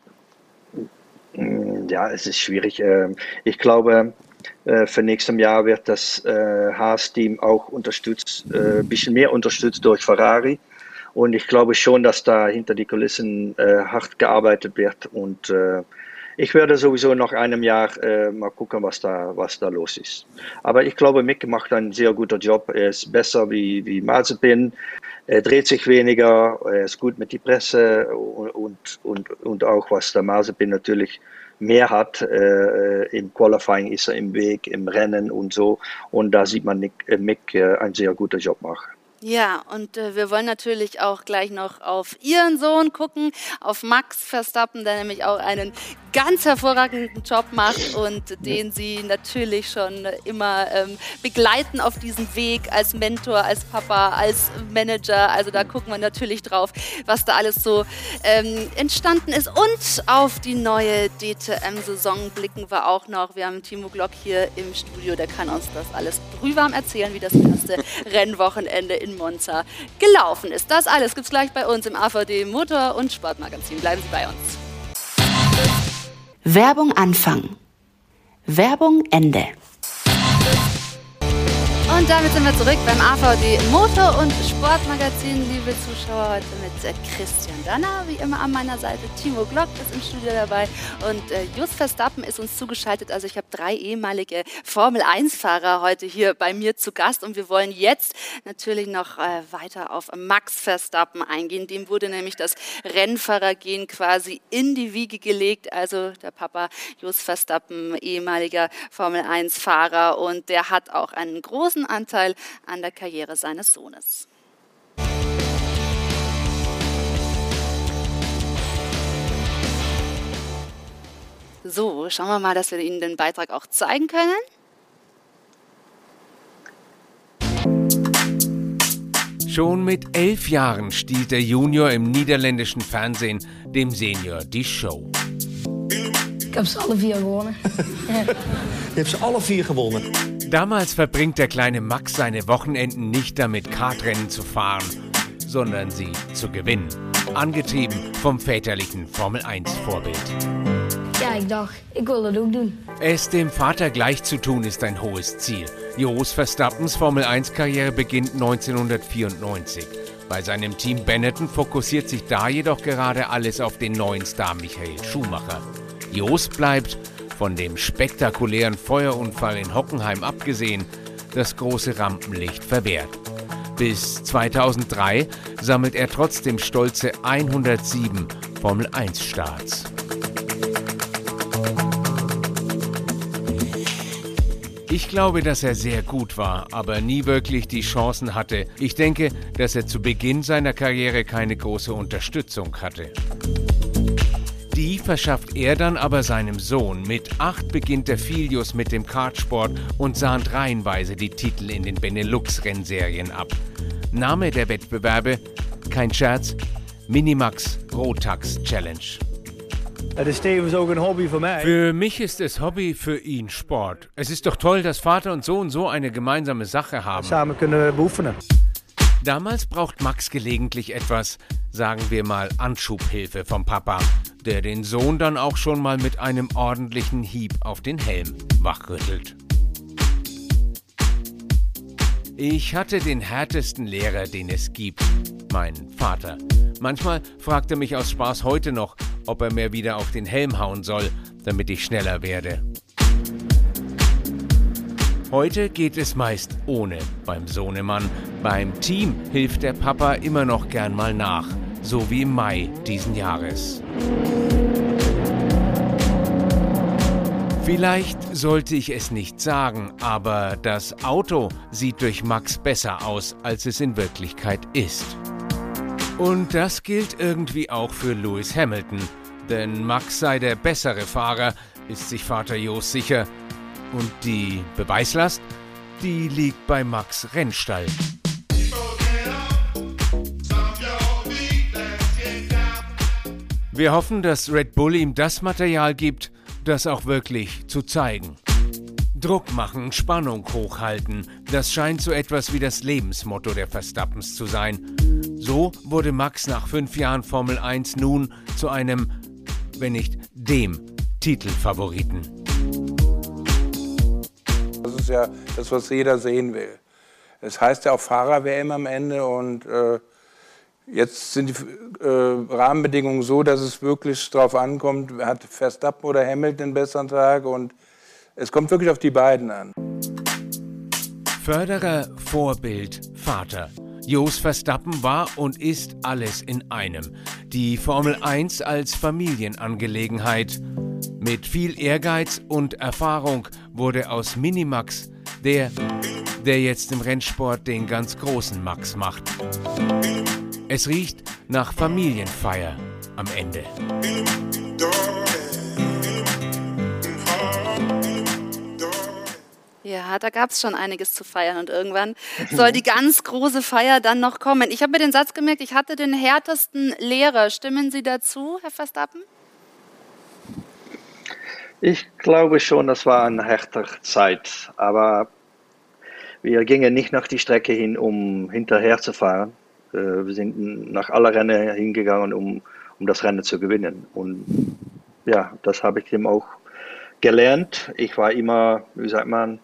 Ja, es ist schwierig. Ich glaube, für nächstes Jahr wird das Haas-Team auch unterstützt, ein bisschen mehr unterstützt durch Ferrari. Und ich glaube schon, dass da hinter die Kulissen hart gearbeitet wird. Und ich werde sowieso nach einem Jahr mal gucken, was da los ist. Aber ich glaube, Mick macht einen sehr guten Job. Er ist besser wie Mazepin. Er dreht sich weniger. Er ist gut mit der Presse und auch was der Mazepin natürlich mehr hat. Im Qualifying ist er im Weg, im Rennen und so. Und da sieht man Mick einen sehr guten Job machen. Ja, und wir wollen natürlich auch gleich noch auf Ihren Sohn gucken, auf Max Verstappen, der nämlich auch einen ganz hervorragenden Job macht und den Sie natürlich schon immer begleiten auf diesem Weg als Mentor, als Papa, als Manager. Also da gucken wir natürlich drauf, was da alles so entstanden ist. Und auf die neue DTM-Saison blicken wir auch noch. Wir haben Timo Glock hier im Studio, der kann uns das alles brühwarm erzählen, wie das erste Rennwochenende in Monza gelaufen ist. Das alles gibt es gleich bei uns im AVD Motor- und Sportmagazin. Bleiben Sie bei uns. Werbung Anfang. Werbung Ende. Und damit sind wir zurück beim AVD Motor- und Sportmagazin, liebe Zuschauer, heute mit Christian Danner, wie immer an meiner Seite. Timo Glock ist im Studio dabei und Jos Verstappen ist uns zugeschaltet. Also ich habe 3 ehemalige Formel-1-Fahrer heute hier bei mir zu Gast und wir wollen jetzt natürlich noch weiter auf Max Verstappen eingehen. Dem wurde nämlich das Rennfahrergehen quasi in die Wiege gelegt. Also der Papa Jos Verstappen, ehemaliger Formel-1-Fahrer, und der hat auch einen großen Anteil an der Karriere seines Sohnes. So, schauen wir mal, dass wir Ihnen den Beitrag auch zeigen können. Schon mit 11 Jahren stiehlt der Junior im niederländischen Fernsehen dem Senior die Show. Ich habe sie alle 4 gewonnen. Je hebt ze alle 4 gewonnen. Damals verbringt der kleine Max seine Wochenenden nicht damit, Kartrennen zu fahren, sondern sie zu gewinnen. Angetrieben vom väterlichen Formel-1-Vorbild. Ja, ich dachte, ich will das auch tun. Es dem Vater gleich zu tun, ist ein hohes Ziel. Jos Verstappens Formel-1-Karriere beginnt 1994. Bei seinem Team Benetton fokussiert sich da jedoch gerade alles auf den neuen Star Michael Schumacher. Jos bleibt, von dem spektakulären Feuerunfall in Hockenheim abgesehen, das große Rampenlicht verwehrt. Bis 2003 sammelt er trotzdem stolze 107 Formel-1-Starts. Ich glaube, dass er sehr gut war, aber nie wirklich die Chancen hatte. Ich denke, dass er zu Beginn seiner Karriere keine große Unterstützung hatte. Die verschafft er dann aber seinem Sohn. Mit 8 beginnt der Filius mit dem Kartsport und sahnt reihenweise die Titel in den Benelux-Rennserien ab. Name der Wettbewerbe, kein Scherz, Minimax Rotax Challenge. Het is tevens ook een hobby voor mij. Für mich ist es Hobby, für ihn Sport. Es ist doch toll, dass Vater und Sohn so eine gemeinsame Sache haben. Samen kunnen beoefenen. Damals braucht Max gelegentlich etwas, sagen wir mal, Anschubhilfe vom Papa, der den Sohn dann auch schon mal mit einem ordentlichen Hieb auf den Helm wachrüttelt. Ich hatte den härtesten Lehrer, den es gibt, mein Vater. Manchmal fragt er mich aus Spaß heute noch, ob er mir wieder auf den Helm hauen soll, damit ich schneller werde. Heute geht es meist ohne beim Sohnemann. Beim Team hilft der Papa immer noch gern mal nach, so wie im Mai diesen Jahres. Vielleicht sollte ich es nicht sagen, aber das Auto sieht durch Max besser aus, als es in Wirklichkeit ist. Und das gilt irgendwie auch für Lewis Hamilton, denn Max sei der bessere Fahrer, ist sich Vater Jos sicher. Und die Beweislast? die liegt bei Max Rennstall. Wir hoffen, dass Red Bull ihm das Material gibt, das auch wirklich zu zeigen. Druck machen, Spannung hochhalten, das scheint so etwas wie das Lebensmotto der Verstappens zu sein. So wurde Max nach 5 Jahren Formel 1 nun zu einem, wenn nicht dem, Titelfavoriten. Das ist ja das, was jeder sehen will. Es heißt ja auch Fahrer-WM am Ende und jetzt sind die Rahmenbedingungen so, dass es wirklich darauf ankommt, hat Verstappen oder Hamilton einen besseren Tag und es kommt wirklich auf die beiden an. Förderer, Vorbild, Vater. Jos Verstappen war und ist alles in einem. Die Formel 1 als Familienangelegenheit. Mit viel Ehrgeiz und Erfahrung wurde aus Minimax der jetzt im Rennsport den ganz großen Max macht. Es riecht nach Familienfeier am Ende. Ja, da gab es schon einiges zu feiern und irgendwann soll die ganz große Feier dann noch kommen. Ich habe mir den Satz gemerkt, ich hatte den härtesten Lehrer. Stimmen Sie dazu, Herr Verstappen? Ich glaube schon, das war eine harte Zeit, aber wir gingen nicht nach die Strecke hin, um hinterher zu fahren. Wir sind nach aller Rennen hingegangen, um das Rennen zu gewinnen. Und ja, das habe ich ihm auch gelernt. Ich war immer, wie sagt man,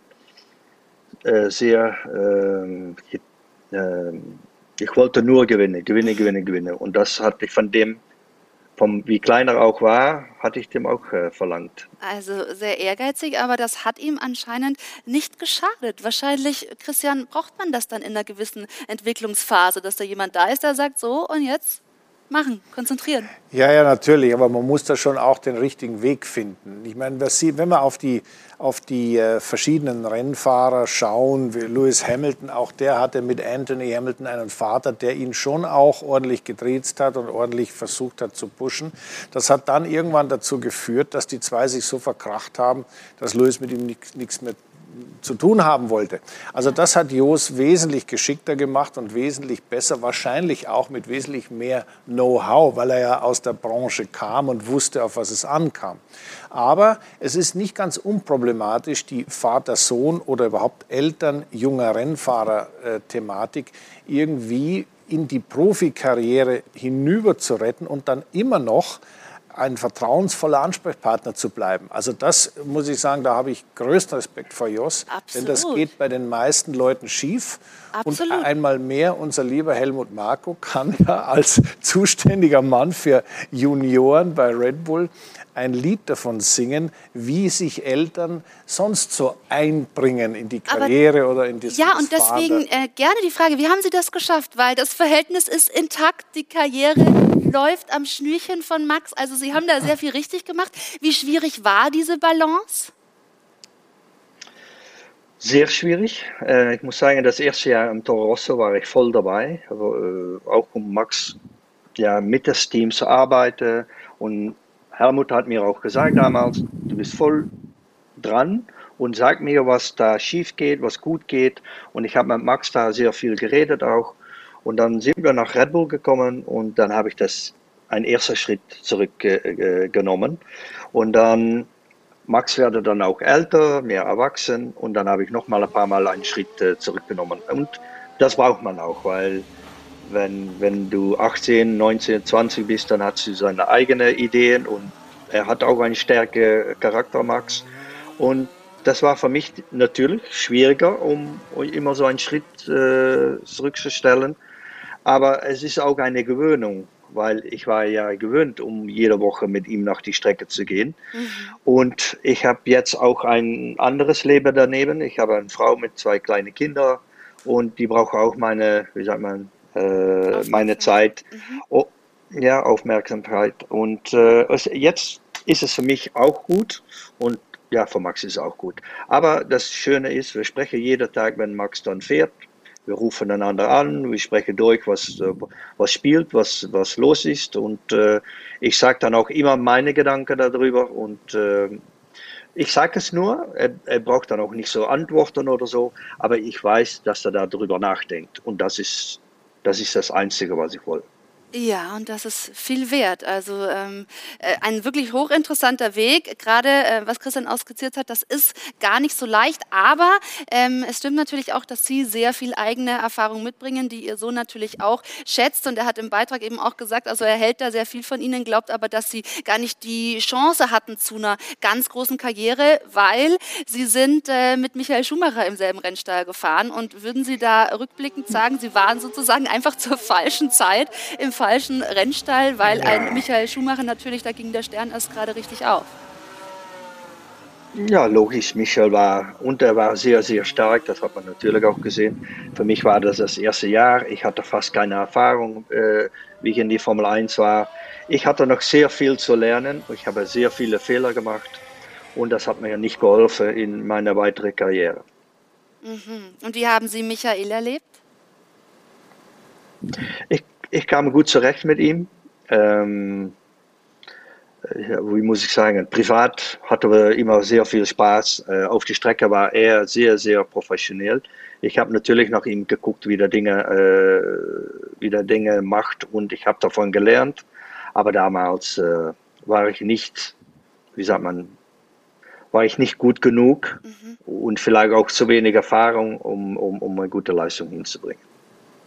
ich wollte nur gewinnen. Und das hatte ich von dem, wie klein er auch war, hatte ich dem auch verlangt. Also sehr ehrgeizig, aber das hat ihm anscheinend nicht geschadet. Wahrscheinlich, Christian, braucht man das dann in einer gewissen Entwicklungsphase, dass da jemand da ist, der sagt, so und jetzt machen, konzentrieren. Ja, natürlich, aber man muss da schon auch den richtigen Weg finden. Ich meine, wenn wir auf die verschiedenen Rennfahrer schauen, wie Lewis Hamilton, auch der hatte mit Anthony Hamilton einen Vater, der ihn schon auch ordentlich getriezt hat und ordentlich versucht hat zu pushen. Das hat dann irgendwann dazu geführt, dass die zwei sich so verkracht haben, dass Lewis mit ihm nichts mehr zu tun haben wollte. Also das hat Jos wesentlich geschickter gemacht und wesentlich besser, wahrscheinlich auch mit wesentlich mehr Know-how, weil er ja aus der Branche kam und wusste, auf was es ankam. Aber es ist nicht ganz unproblematisch, die Vater-Sohn oder überhaupt Eltern junger Rennfahrer-Thematik irgendwie in die Profikarriere hinüber zu retten und dann immer noch ein vertrauensvoller Ansprechpartner zu bleiben. Also das muss ich sagen, da habe ich größten Respekt vor Jos. Absolut. Denn das geht bei den meisten Leuten schief. Absolut. Und einmal mehr, unser lieber Helmut Marko kann ja als zuständiger Mann für Junioren bei Red Bull ein Lied davon singen, wie sich Eltern sonst so einbringen in die Karriere oder in das Ja, und deswegen gerne die Frage, wie haben Sie das geschafft? Weil das Verhältnis ist intakt, die Karriere läuft am Schnürchen von Max. Also Sie haben da sehr viel richtig gemacht. Wie schwierig war diese Balance? Sehr schwierig. Ich muss sagen, das erste Jahr im Toro Rosso war ich voll dabei, auch um Max mit das Team zu arbeiten. Und Helmut hat mir auch gesagt damals, du bist voll dran und sag mir, was da schief geht, was gut geht. Und ich habe mit Max da sehr viel geredet auch. Und dann sind wir nach Red Bull gekommen und dann habe ich das einen ersten Schritt zurückgenommen. Und dann, Max wurde dann auch älter, mehr erwachsen und dann habe ich noch mal ein paar Mal einen Schritt zurückgenommen. Und das braucht man auch, weil wenn du 18, 19, 20 bist, dann hast du seine eigenen Ideen und er hat auch einen starken Charakter, Max. Und das war für mich natürlich schwieriger, um immer so einen Schritt zurückzustellen. Aber es ist auch eine Gewöhnung, weil ich war ja gewöhnt, um jede Woche mit ihm nach die Strecke zu gehen. Mhm. Und ich habe jetzt auch ein anderes Leben daneben. Ich habe eine Frau mit 2 kleinen Kindern und die brauchen auch meine, wie sagt man, meine Zeit, Aufmerksamkeit. Und jetzt ist es für mich auch gut und ja, für Max ist es auch gut. Aber das Schöne ist, wir sprechen jeden Tag, wenn Max dann fährt. Wir rufen einander an, wir sprechen durch, was spielt, was los ist. Und ich sage dann auch immer meine Gedanken darüber. Und Ich sage es nur, er braucht dann auch nicht so Antworten oder so, aber ich weiß, dass er darüber nachdenkt. Und das ist das Einzige, was ich wollte. Ja, und das ist viel wert. Also ein wirklich hochinteressanter Weg. Gerade was Christian ausskizziert hat, das ist gar nicht so leicht. Aber es stimmt natürlich auch, dass Sie sehr viel eigene Erfahrung mitbringen, die Ihr Sohn natürlich auch schätzt. Und er hat im Beitrag eben auch gesagt, also er hält da sehr viel von Ihnen, glaubt aber, dass Sie gar nicht die Chance hatten zu einer ganz großen Karriere, weil Sie sind mit Michael Schumacher im selben Rennstall gefahren. Und würden Sie da rückblickend sagen, Sie waren sozusagen einfach zur falschen Zeit im falschen Rennstall, weil ein Michael Schumacher natürlich, da ging der Stern erst gerade richtig auf. Ja, logisch, Michael war sehr, sehr stark, das hat man natürlich auch gesehen. Für mich war das erste Jahr, ich hatte fast keine Erfahrung, wie ich in die Formel 1 war. Ich hatte noch sehr viel zu lernen, ich habe sehr viele Fehler gemacht und das hat mir nicht geholfen in meiner weiteren Karriere. Und wie haben Sie Michael erlebt? Ich kam gut zurecht mit ihm. Wie muss ich sagen, privat hatten wir immer sehr viel Spaß. Auf die Strecke war er sehr, sehr professionell. Ich habe natürlich nach ihm geguckt, wie der Dinge macht und ich habe davon gelernt. Aber damals war ich nicht, war ich nicht gut genug und vielleicht auch zu wenig Erfahrung, um eine gute Leistung hinzubringen.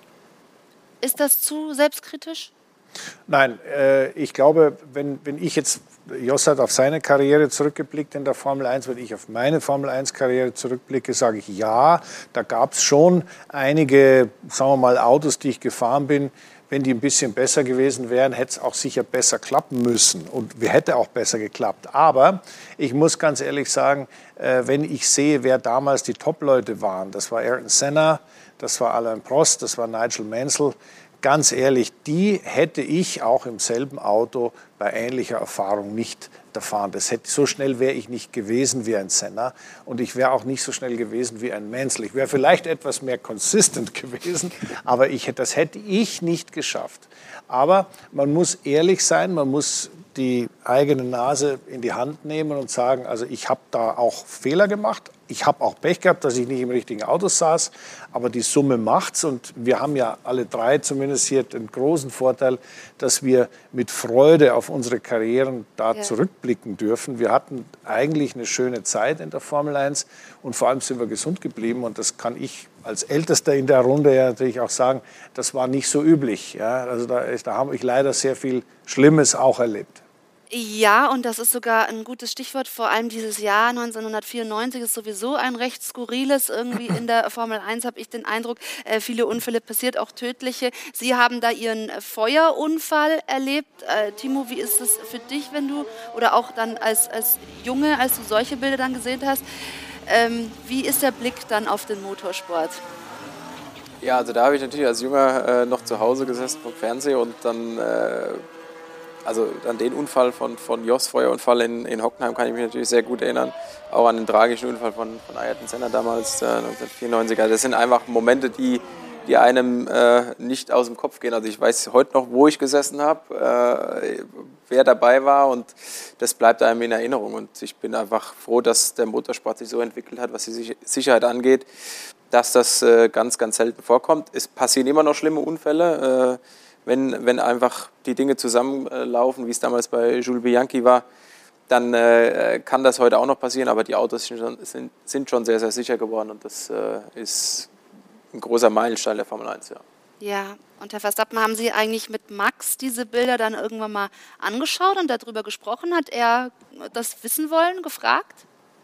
Ist das zu selbstkritisch? Nein, ich glaube, wenn ich jetzt, Jos hat auf seine Karriere zurückgeblickt in der Formel 1, wenn ich auf meine Formel 1-Karriere zurückblicke, sage ich ja, da gab es schon einige, sagen wir mal, Autos, die ich gefahren bin. Wenn die ein bisschen besser gewesen wären, hätte es auch sicher besser klappen müssen und hätte auch besser geklappt. Aber ich muss ganz ehrlich sagen, wenn ich sehe, wer damals die Top-Leute waren, das war Ayrton Senna, das war Alain Prost, das war Nigel Mansell. Ganz ehrlich, die hätte ich auch im selben Auto bei ähnlicher Erfahrung nicht erfahren. So schnell wäre ich nicht gewesen wie ein Senna und ich wäre auch nicht so schnell gewesen wie ein Mansell. Ich wäre vielleicht etwas mehr consistent gewesen, aber das hätte ich nicht geschafft. Aber man muss ehrlich sein, man muss die eigene Nase in die Hand nehmen und sagen, also ich habe da auch Fehler gemacht. Ich habe auch Pech gehabt, dass ich nicht im richtigen Auto saß, aber die Summe macht's und wir haben ja alle drei zumindest hier den großen Vorteil, dass wir mit Freude auf unsere Karrieren zurückblicken dürfen. Wir hatten eigentlich eine schöne Zeit in der Formel 1 und vor allem sind wir gesund geblieben und das kann ich als Ältester in der Runde ja natürlich auch sagen, das war nicht so üblich. Ja? Also da habe ich leider sehr viel Schlimmes auch erlebt. Ja, und das ist sogar ein gutes Stichwort. Vor allem dieses Jahr 1994 ist sowieso ein recht skurriles. Irgendwie in der Formel 1 habe ich den Eindruck, viele Unfälle passiert, auch tödliche. Sie haben da Ihren Feuerunfall erlebt. Timo, wie ist es für dich, wenn du, oder auch dann als Junge, als du solche Bilder dann gesehen hast, wie ist der Blick dann auf den Motorsport? Ja, also da habe ich natürlich als Junger noch zu Hause gesessen vom Fernseher und dann... Also an den Unfall von Jos, Feuerunfall in Hockenheim, kann ich mich natürlich sehr gut erinnern. Auch an den tragischen Unfall von Ayrton Senna damals, 1994. Also das sind einfach Momente, die einem nicht aus dem Kopf gehen. Also ich weiß heute noch, wo ich gesessen habe, wer dabei war und das bleibt einem in Erinnerung. Und ich bin einfach froh, dass der Motorsport sich so entwickelt hat, was die Sicherheit angeht, dass das ganz, ganz selten vorkommt. Es passieren immer noch schlimme Unfälle, wenn einfach die Dinge zusammenlaufen, wie es damals bei Jules Bianchi war, dann kann das heute auch noch passieren, aber die Autos sind schon sehr, sehr sicher geworden und das ist ein großer Meilenstein der Formel 1. Ja, und Herr Verstappen, haben Sie eigentlich mit Max diese Bilder dann irgendwann mal angeschaut und darüber gesprochen? Hat er das wissen wollen, gefragt?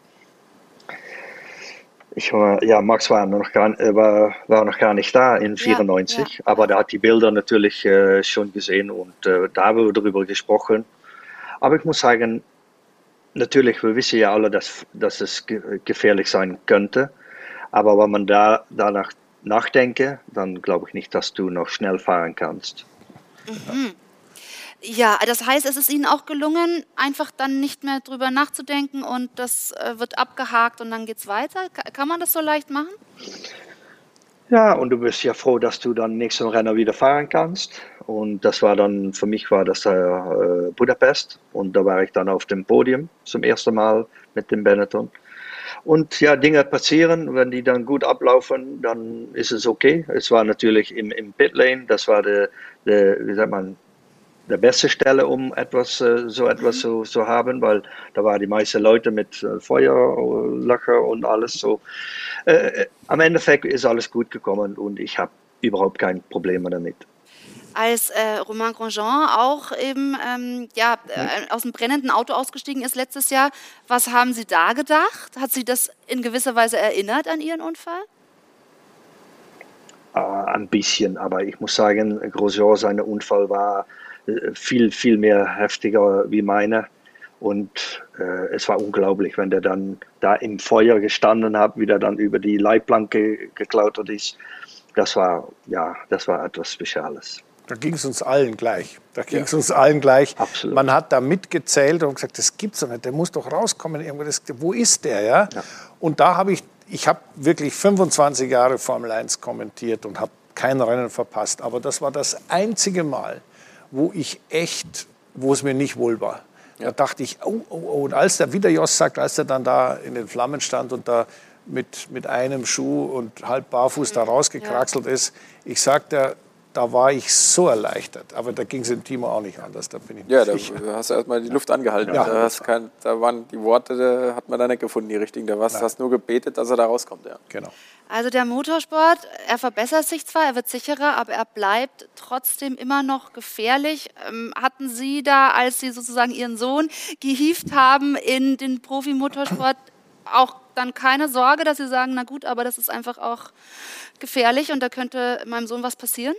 Max war noch gar nicht da in 94, aber der hat die Bilder natürlich schon gesehen und da haben wir darüber gesprochen. Aber ich muss sagen, natürlich, wir wissen ja alle, dass es gefährlich sein könnte, aber wenn man danach nachdenke, dann glaube ich nicht, dass du noch schnell fahren kannst. Mhm. Ja, das heißt, es ist Ihnen auch gelungen, einfach dann nicht mehr drüber nachzudenken und das wird abgehakt und dann geht's weiter? Kann man das so leicht machen? Ja, und du bist ja froh, dass du dann nächsten Renner wieder fahren kannst. und das war dann, für mich war das Budapest und da war ich dann auf dem Podium zum ersten Mal mit dem Benetton. Und ja, Dinge passieren, wenn die dann gut ablaufen, dann ist es okay. Es war natürlich im Pitlane, das war wie sagt man, der beste Stelle, um so etwas zu haben, weil da waren die meisten Leute mit Feuerlöcher und alles so. Am Endeffekt ist alles gut gekommen und ich habe überhaupt kein Problem damit. Als Romain Grosjean auch eben aus dem brennenden Auto ausgestiegen ist letztes Jahr, was haben Sie da gedacht? Hat Sie das in gewisser Weise erinnert an Ihren Unfall? Ein bisschen, aber ich muss sagen, Grosjean, sein Unfall war viel, viel mehr heftiger wie meine. Und es war unglaublich, wenn der dann da im Feuer gestanden hat, wie der dann über die Leitplanke geklautert ist. Das war etwas Spezielles. Da ging es uns allen gleich. Absolut. Man hat da mitgezählt und gesagt, das gibt's doch nicht, der muss doch rauskommen. Wo ist der? Ja? Und da habe ich habe wirklich 25 Jahre Formel 1 kommentiert und habe kein Rennen verpasst. Aber das war das einzige Mal, wo es mir nicht wohl war. Da dachte ich, oh. Und als der, wie der Jos sagt, als der dann da in den Flammen stand und da mit einem Schuh und halb barfuß da rausgekraxelt ist, ich sagte, da war ich so erleichtert. Aber da ging es im Timo auch nicht anders, da bin ich nicht sicher. Da hast du erstmal die Luft angehalten. Ja. Da waren die Worte, hat man da nicht gefunden, die richtigen. Da hast nur gebetet, dass er da rauskommt. Ja. Genau. Also der Motorsport, er verbessert sich zwar, er wird sicherer, aber er bleibt trotzdem immer noch gefährlich. Hatten Sie da, als Sie sozusagen Ihren Sohn gehievt haben in den Profimotorsport, auch dann keine Sorge, dass Sie sagen, na gut, aber das ist einfach auch gefährlich und da könnte meinem Sohn was passieren?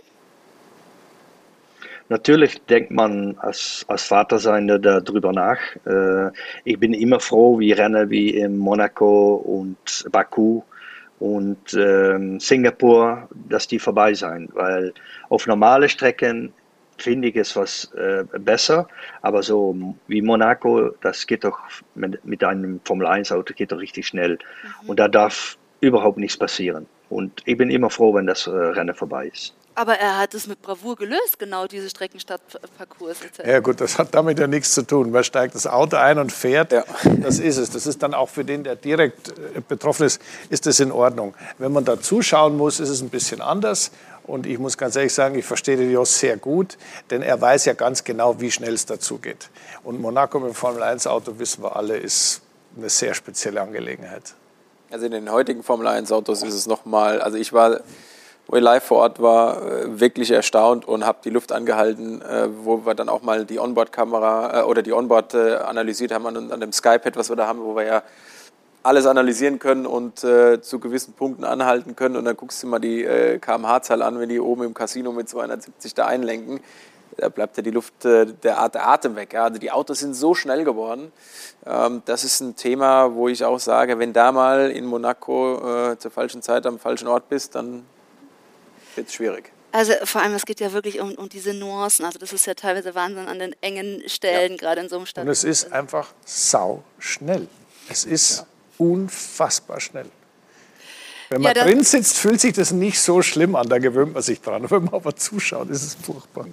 Natürlich denkt man als Vater sein darüber nach. Ich bin immer froh, wie Rennen wie in Monaco und Baku und Singapur, dass die vorbei sind, weil auf normale Strecken finde ich es was besser, aber so wie Monaco, das geht doch mit einem Formel-1-Auto geht doch richtig schnell und da darf überhaupt nichts passieren und ich bin immer froh, wenn das Rennen vorbei ist. Aber er hat es mit Bravour gelöst, genau diese Streckenstadtparcours. Ja gut, das hat damit ja nichts zu tun. Man steigt das Auto ein und fährt, das ist es. Das ist dann auch für den, der direkt betroffen ist das in Ordnung. Wenn man da zuschauen muss, ist es ein bisschen anders. Und ich muss ganz ehrlich sagen, ich verstehe den Jos sehr gut, denn er weiß ja ganz genau, wie schnell es dazu geht. Und Monaco mit dem Formel-1-Auto, wissen wir alle, ist eine sehr spezielle Angelegenheit. Also in den heutigen Formel-1-Autos ist es nochmal, also wo ich live vor Ort war, wirklich erstaunt und habe die Luft angehalten, wo wir dann auch mal die Onboard-Kamera oder die Onboard analysiert haben an dem Skypad, was wir da haben, wo wir ja alles analysieren können und zu gewissen Punkten anhalten können. Und dann guckst du mal die kmh-Zahl an, wenn die oben im Casino mit 270 da einlenken. Da bleibt ja die Luft, der Atem weg. Ja. Also die Autos sind so schnell geworden. Das ist ein Thema, wo ich auch sage, wenn da mal in Monaco zur falschen Zeit am falschen Ort bist, dann wird es schwierig. Also vor allem, es geht ja wirklich um diese Nuancen. Also das ist ja teilweise Wahnsinn an den engen Stellen, gerade in so einem Stadt. Und es ist einfach sau schnell. Es ist unfassbar schnell. Wenn man drin sitzt, fühlt sich das nicht so schlimm an, da gewöhnt man sich dran. Wenn man aber zuschaut, ist es furchtbar.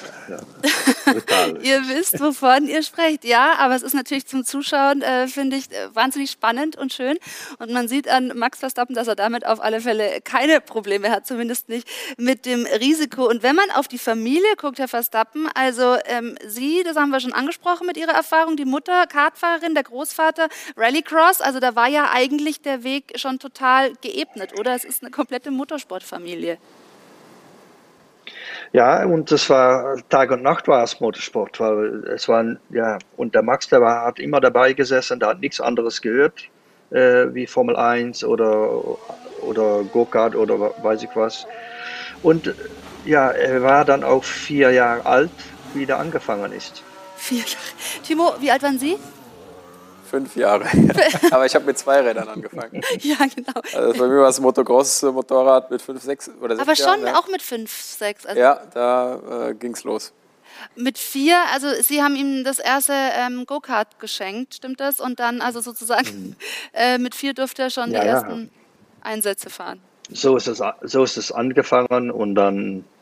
Ihr wisst, wovon ihr sprecht. Ja, aber es ist natürlich zum Zuschauen, finde ich, wahnsinnig spannend und schön. Und man sieht an Max Verstappen, dass er damit auf alle Fälle keine Probleme hat, zumindest nicht mit dem Risiko. Und wenn man auf die Familie guckt, Herr Verstappen, also Sie, das haben wir schon angesprochen mit Ihrer Erfahrung, die Mutter, Kartfahrerin, der Großvater, Rallycross, also da war ja eigentlich der Weg schon total geebnet, oder? Es ist eine komplette Motorsportfamilie. Ja, und das war Tag und Nacht war es Motorsport, weil es waren, und der Max, hat immer dabei gesessen, der hat nichts anderes gehört, wie Formel 1 oder Go-Kart oder weiß ich was. Und er war dann auch 4 Jahre alt, wie der angefangen ist. 4 Jahre. Timo, wie alt waren Sie? 5 Jahre. Aber ich habe mit 2 Rädern angefangen. Ja, genau. Also bei mir war es ein Motocross-Motorrad mit 5, 6 oder 6 Aber schon Jahren, auch mit 5, 6? Also ja, da ging's los. Mit 4, also Sie haben ihm das erste Go-Kart geschenkt, stimmt das? Und dann also sozusagen mit 4 durfte er schon die ersten Einsätze fahren. So ist es angefangen und dann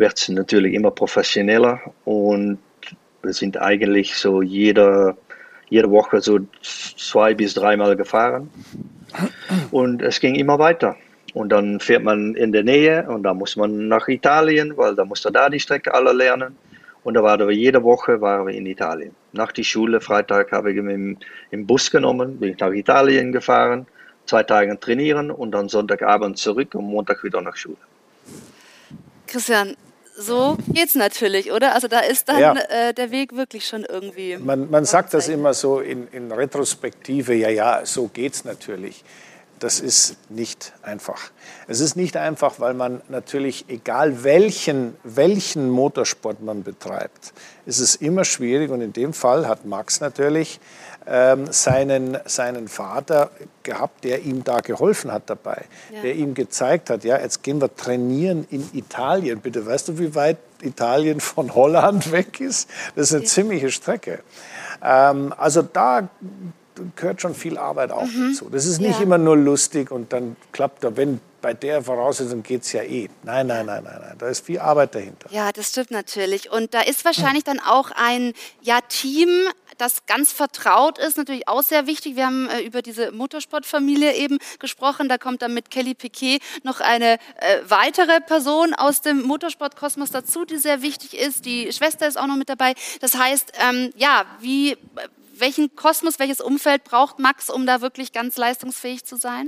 wird es natürlich immer professioneller und wir sind eigentlich so jede Woche so 2 bis 3 Mal gefahren und es ging immer weiter. Und dann fährt man in der Nähe und dann muss man nach Italien, weil da musste da die Strecke alle lernen. Und da waren wir jede Woche in Italien. Nach der Schule, Freitag, habe ich ihn im Bus genommen, bin ich nach Italien gefahren, 2 Tage trainieren und dann Sonntagabend zurück und Montag wieder nach Schule. Christian, so geht's natürlich, oder? Also da ist dann der Weg wirklich schon irgendwie. Man sagt das immer so in Retrospektive, ja, so geht's natürlich. Das ist nicht einfach. Es ist nicht einfach, weil man natürlich, egal welchen Motorsport man betreibt, ist es immer schwierig. Und in dem Fall hat Max natürlich seinen Vater gehabt, der ihm da geholfen hat dabei. Ja. Der ihm gezeigt hat, ja, jetzt gehen wir trainieren in Italien. Bitte, weißt du, wie weit Italien von Holland weg ist? Das ist eine ziemliche Strecke. Also da gehört schon viel Arbeit auch dazu. Das ist nicht immer nur lustig und dann klappt er, wenn bei der Voraussetzung geht es ja eh. Nein, da ist viel Arbeit dahinter. Ja, das stimmt natürlich. Und da ist wahrscheinlich dann auch ein Team, das ganz vertraut ist, natürlich auch sehr wichtig. Wir haben über diese Motorsportfamilie eben gesprochen. Da kommt dann mit Kelly Piquet noch eine weitere Person aus dem Motorsportkosmos dazu, die sehr wichtig ist. Die Schwester ist auch noch mit dabei. Das heißt, welchen Kosmos, welches Umfeld braucht Max, um da wirklich ganz leistungsfähig zu sein?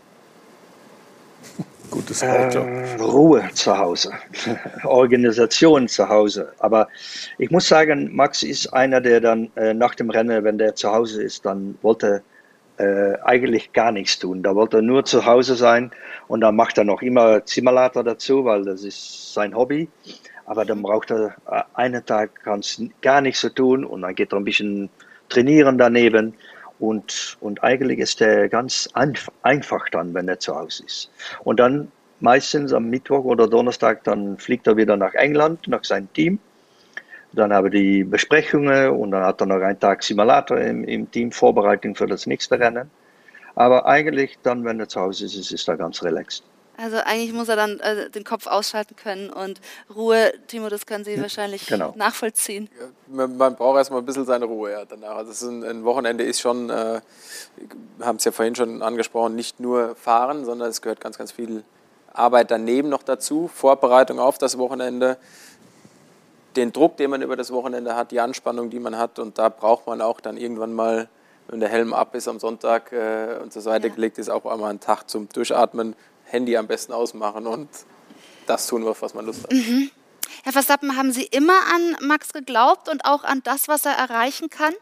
Gutes Auto. Ruhe zu Hause, Organisation zu Hause. Aber ich muss sagen, Max ist einer, der dann nach dem Rennen, wenn der zu Hause ist, dann wollte eigentlich gar nichts tun. Da wollte er nur zu Hause sein und dann macht er noch immer Simulator dazu, weil das ist sein Hobby. Aber dann braucht er einen Tag gar nichts zu tun und dann geht er ein bisschen trainieren daneben und eigentlich ist der ganz einfach dann, wenn er zu Hause ist. Und dann meistens am Mittwoch oder Donnerstag, dann fliegt er wieder nach England, nach seinem Team. Dann haben wir die Besprechungen und dann hat er noch einen Tag Simulator im Team, Vorbereitung für das nächste Rennen. Aber eigentlich dann, wenn er zu Hause ist er ganz relaxed. Also eigentlich muss er dann den Kopf ausschalten können und Ruhe, Timo, das können Sie wahrscheinlich nachvollziehen. Ja, man braucht erstmal ein bisschen seine Ruhe danach. Also ein Wochenende ist schon, wir haben es ja vorhin schon angesprochen, nicht nur Fahren, sondern es gehört ganz, ganz viel Arbeit daneben noch dazu. Vorbereitung auf das Wochenende, den Druck, den man über das Wochenende hat, die Anspannung, die man hat. Und da braucht man auch dann irgendwann mal, wenn der Helm ab ist am Sonntag und zur Seite gelegt ist, auch einmal einen Tag zum Durchatmen. Handy am besten ausmachen und das tun, auf was man Lust hat. Mhm. Herr Verstappen, haben Sie immer an Max geglaubt und auch an das, was er erreichen kann?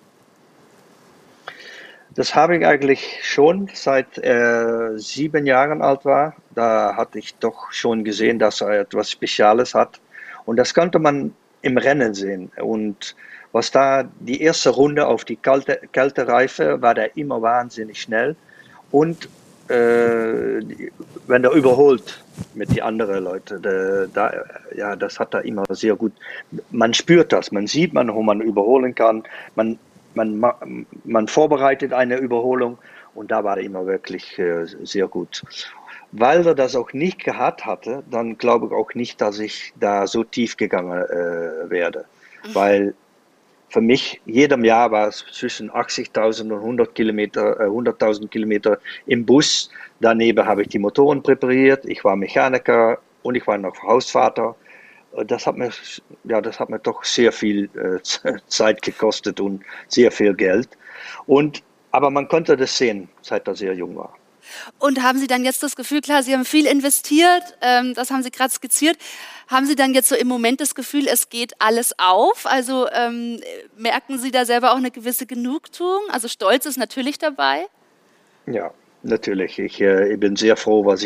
Das habe ich eigentlich schon, seit er 7 Jahren alt war. Da hatte ich doch schon gesehen, dass er etwas Spezielles hat. Und das konnte man im Rennen sehen. Und was da die erste Runde auf die kalte Reife, war der immer wahnsinnig schnell. Und wenn er überholt mit den anderen Leuten, das hat er immer sehr gut. Man spürt das, man sieht, wo man überholen kann. Man vorbereitet eine Überholung und da war er immer wirklich sehr gut. Weil er das auch nicht gehabt hatte, dann glaube ich auch nicht, dass ich da so tief gegangen werde. Weil für mich, jedem Jahr war es zwischen 80.000 und 100.000 Kilometer im Bus. Daneben habe ich die Motoren präpariert, ich war Mechaniker und ich war noch Hausvater. Das hat mir doch sehr viel Zeit gekostet und sehr viel Geld. Aber man konnte das sehen, seit er sehr jung war. Und haben Sie dann jetzt das Gefühl, klar, Sie haben viel investiert, das haben Sie gerade skizziert, haben Sie dann jetzt so im Moment das Gefühl, es geht alles auf? Also merken Sie da selber auch eine gewisse Genugtuung? Also Stolz ist natürlich dabei? Ja, natürlich. Ich bin sehr froh, was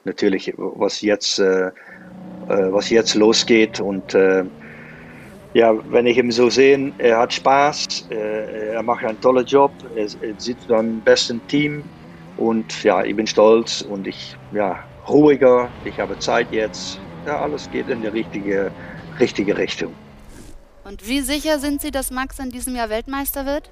jetzt losgeht. Und wenn ich ihn so sehe, er hat Spaß, er macht einen tollen Job, er sitzt beim besten Team. Und ja, ich bin stolz und ruhiger, ich habe Zeit jetzt. Ja, alles geht in die richtige Richtung. Und wie sicher sind Sie, dass Max in diesem Jahr Weltmeister wird?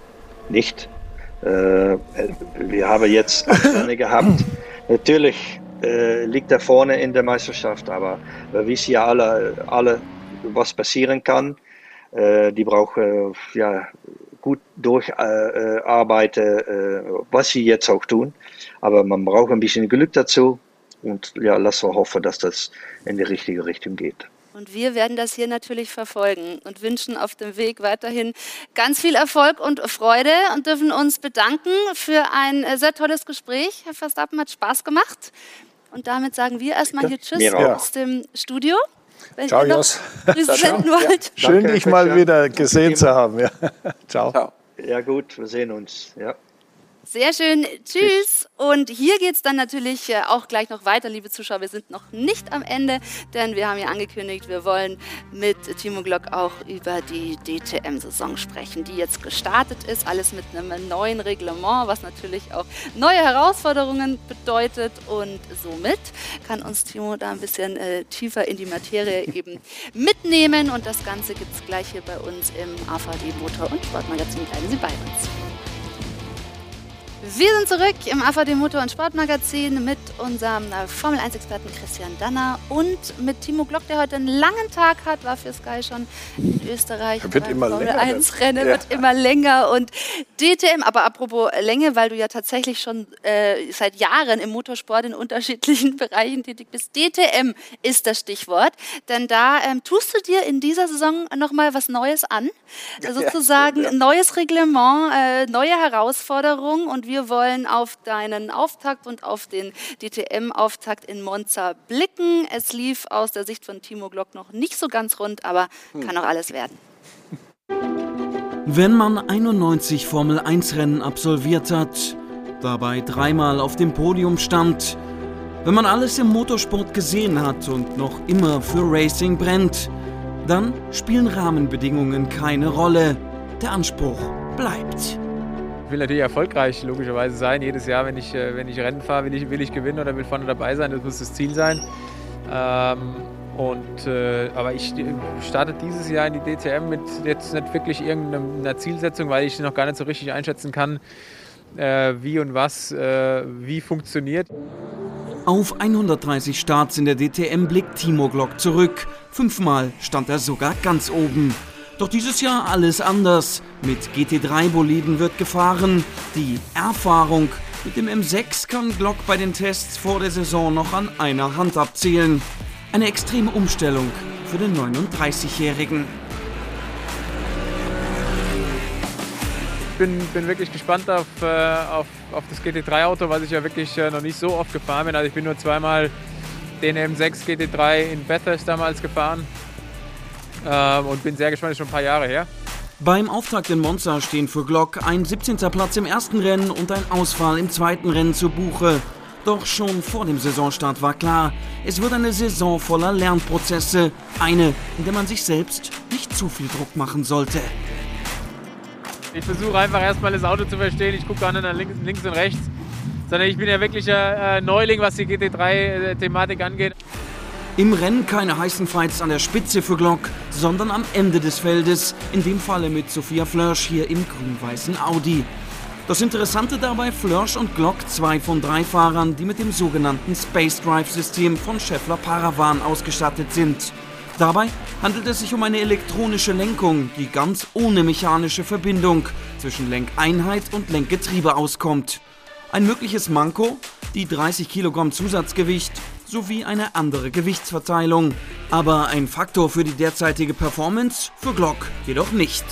Nicht. Wir haben jetzt 8 Rennen gehabt. Natürlich liegt da vorne in der Meisterschaft. Aber wir wissen ja alle was passieren kann. Die brauchen gut durcharbeiten, was sie jetzt auch tun. Aber man braucht ein bisschen Glück dazu. Und ja, lassen wir hoffen, dass das in die richtige Richtung geht. Und wir werden das hier natürlich verfolgen und wünschen auf dem Weg weiterhin ganz viel Erfolg und Freude und dürfen uns bedanken für ein sehr tolles Gespräch. Herr Verstappen, hat Spaß gemacht. Und damit sagen wir erstmal hier Tschüss aus dem Studio. Ciao, Jos. Schön, dich mal wieder gesehen zu haben. Ja. Ciao. Ja gut, wir sehen uns. Ja. Sehr schön, tschüss. Und hier geht es dann natürlich auch gleich noch weiter, liebe Zuschauer. Wir sind noch nicht am Ende, denn wir haben ja angekündigt, wir wollen mit Timo Glock auch über die DTM-Saison sprechen, die jetzt gestartet ist. Alles mit einem neuen Reglement, was natürlich auch neue Herausforderungen bedeutet. Und somit kann uns Timo da ein bisschen tiefer in die Materie eben mitnehmen. Und das Ganze gibt es gleich hier bei uns im AVD Motor- und Sportmagazin. Bleiben Sie bei uns. Wir sind zurück im AVD Motor- und Sportmagazin mit unserem Formel-1-Experten Christian Danner und mit Timo Glock, der heute einen langen Tag hat, war für Sky schon in Österreich. Wird immer länger. Formel-1-Rennen wird immer länger und DTM, aber apropos Länge, weil du ja tatsächlich schon seit Jahren im Motorsport in unterschiedlichen Bereichen tätig bist. DTM ist das Stichwort, denn da tust du dir in dieser Saison nochmal was Neues an, sozusagen neues Reglement, neue Herausforderungen und wir wollen auf deinen Auftakt und auf den DTM-Auftakt in Monza blicken. Es lief aus der Sicht von Timo Glock noch nicht so ganz rund, aber kann auch alles werden. Wenn man 91 Formel-1-Rennen absolviert hat, dabei 3-mal auf dem Podium stand, wenn man alles im Motorsport gesehen hat und noch immer für Racing brennt, dann spielen Rahmenbedingungen keine Rolle. Der Anspruch bleibt. Ich will natürlich erfolgreich logischerweise sein. Jedes Jahr, wenn ich Rennen fahre, will ich gewinnen oder will vorne dabei sein. Das muss das Ziel sein. Aber ich starte dieses Jahr in die DTM mit jetzt nicht wirklich irgendeiner Zielsetzung, weil ich noch gar nicht so richtig einschätzen kann, wie und was wie funktioniert. Auf 130 Starts in der DTM blickt Timo Glock zurück. 5-mal stand er sogar ganz oben. Doch dieses Jahr alles anders. Mit GT3-Boliden wird gefahren. Die Erfahrung mit dem M6 kann Glock bei den Tests vor der Saison noch an einer Hand abzählen. Eine extreme Umstellung für den 39-Jährigen. Ich bin wirklich gespannt auf das GT3-Auto, was ich ja wirklich noch nicht so oft gefahren bin. Also ich bin nur 2-mal den M6 GT3 in Bathurst damals gefahren. Und bin sehr gespannt, das ist schon ein paar Jahre her. Beim Auftakt in Monza stehen für Glock ein 17. Platz im ersten Rennen und ein Ausfall im zweiten Rennen zu Buche. Doch schon vor dem Saisonstart war klar, es wird eine Saison voller Lernprozesse. Eine, in der man sich selbst nicht zu viel Druck machen sollte. Ich versuche einfach erstmal das Auto zu verstehen. Ich gucke gar nicht nach links und rechts. Sondern ich bin ja wirklich Neuling, was die GT3-Thematik angeht. Im Rennen keine heißen Fights an der Spitze für Glock, sondern am Ende des Feldes, in dem Falle mit Sophia Flörsch hier im grün-weißen Audi. Das Interessante dabei, Flörsch und Glock 2 von 3 Fahrern, die mit dem sogenannten Space Drive System von Schaeffler Paravan ausgestattet sind. Dabei handelt es sich um eine elektronische Lenkung, die ganz ohne mechanische Verbindung zwischen Lenkeinheit und Lenkgetriebe auskommt. Ein mögliches Manko, die 30 Kilogramm Zusatzgewicht sowie eine andere Gewichtsverteilung. Aber ein Faktor für die derzeitige Performance, für Glock jedoch nicht.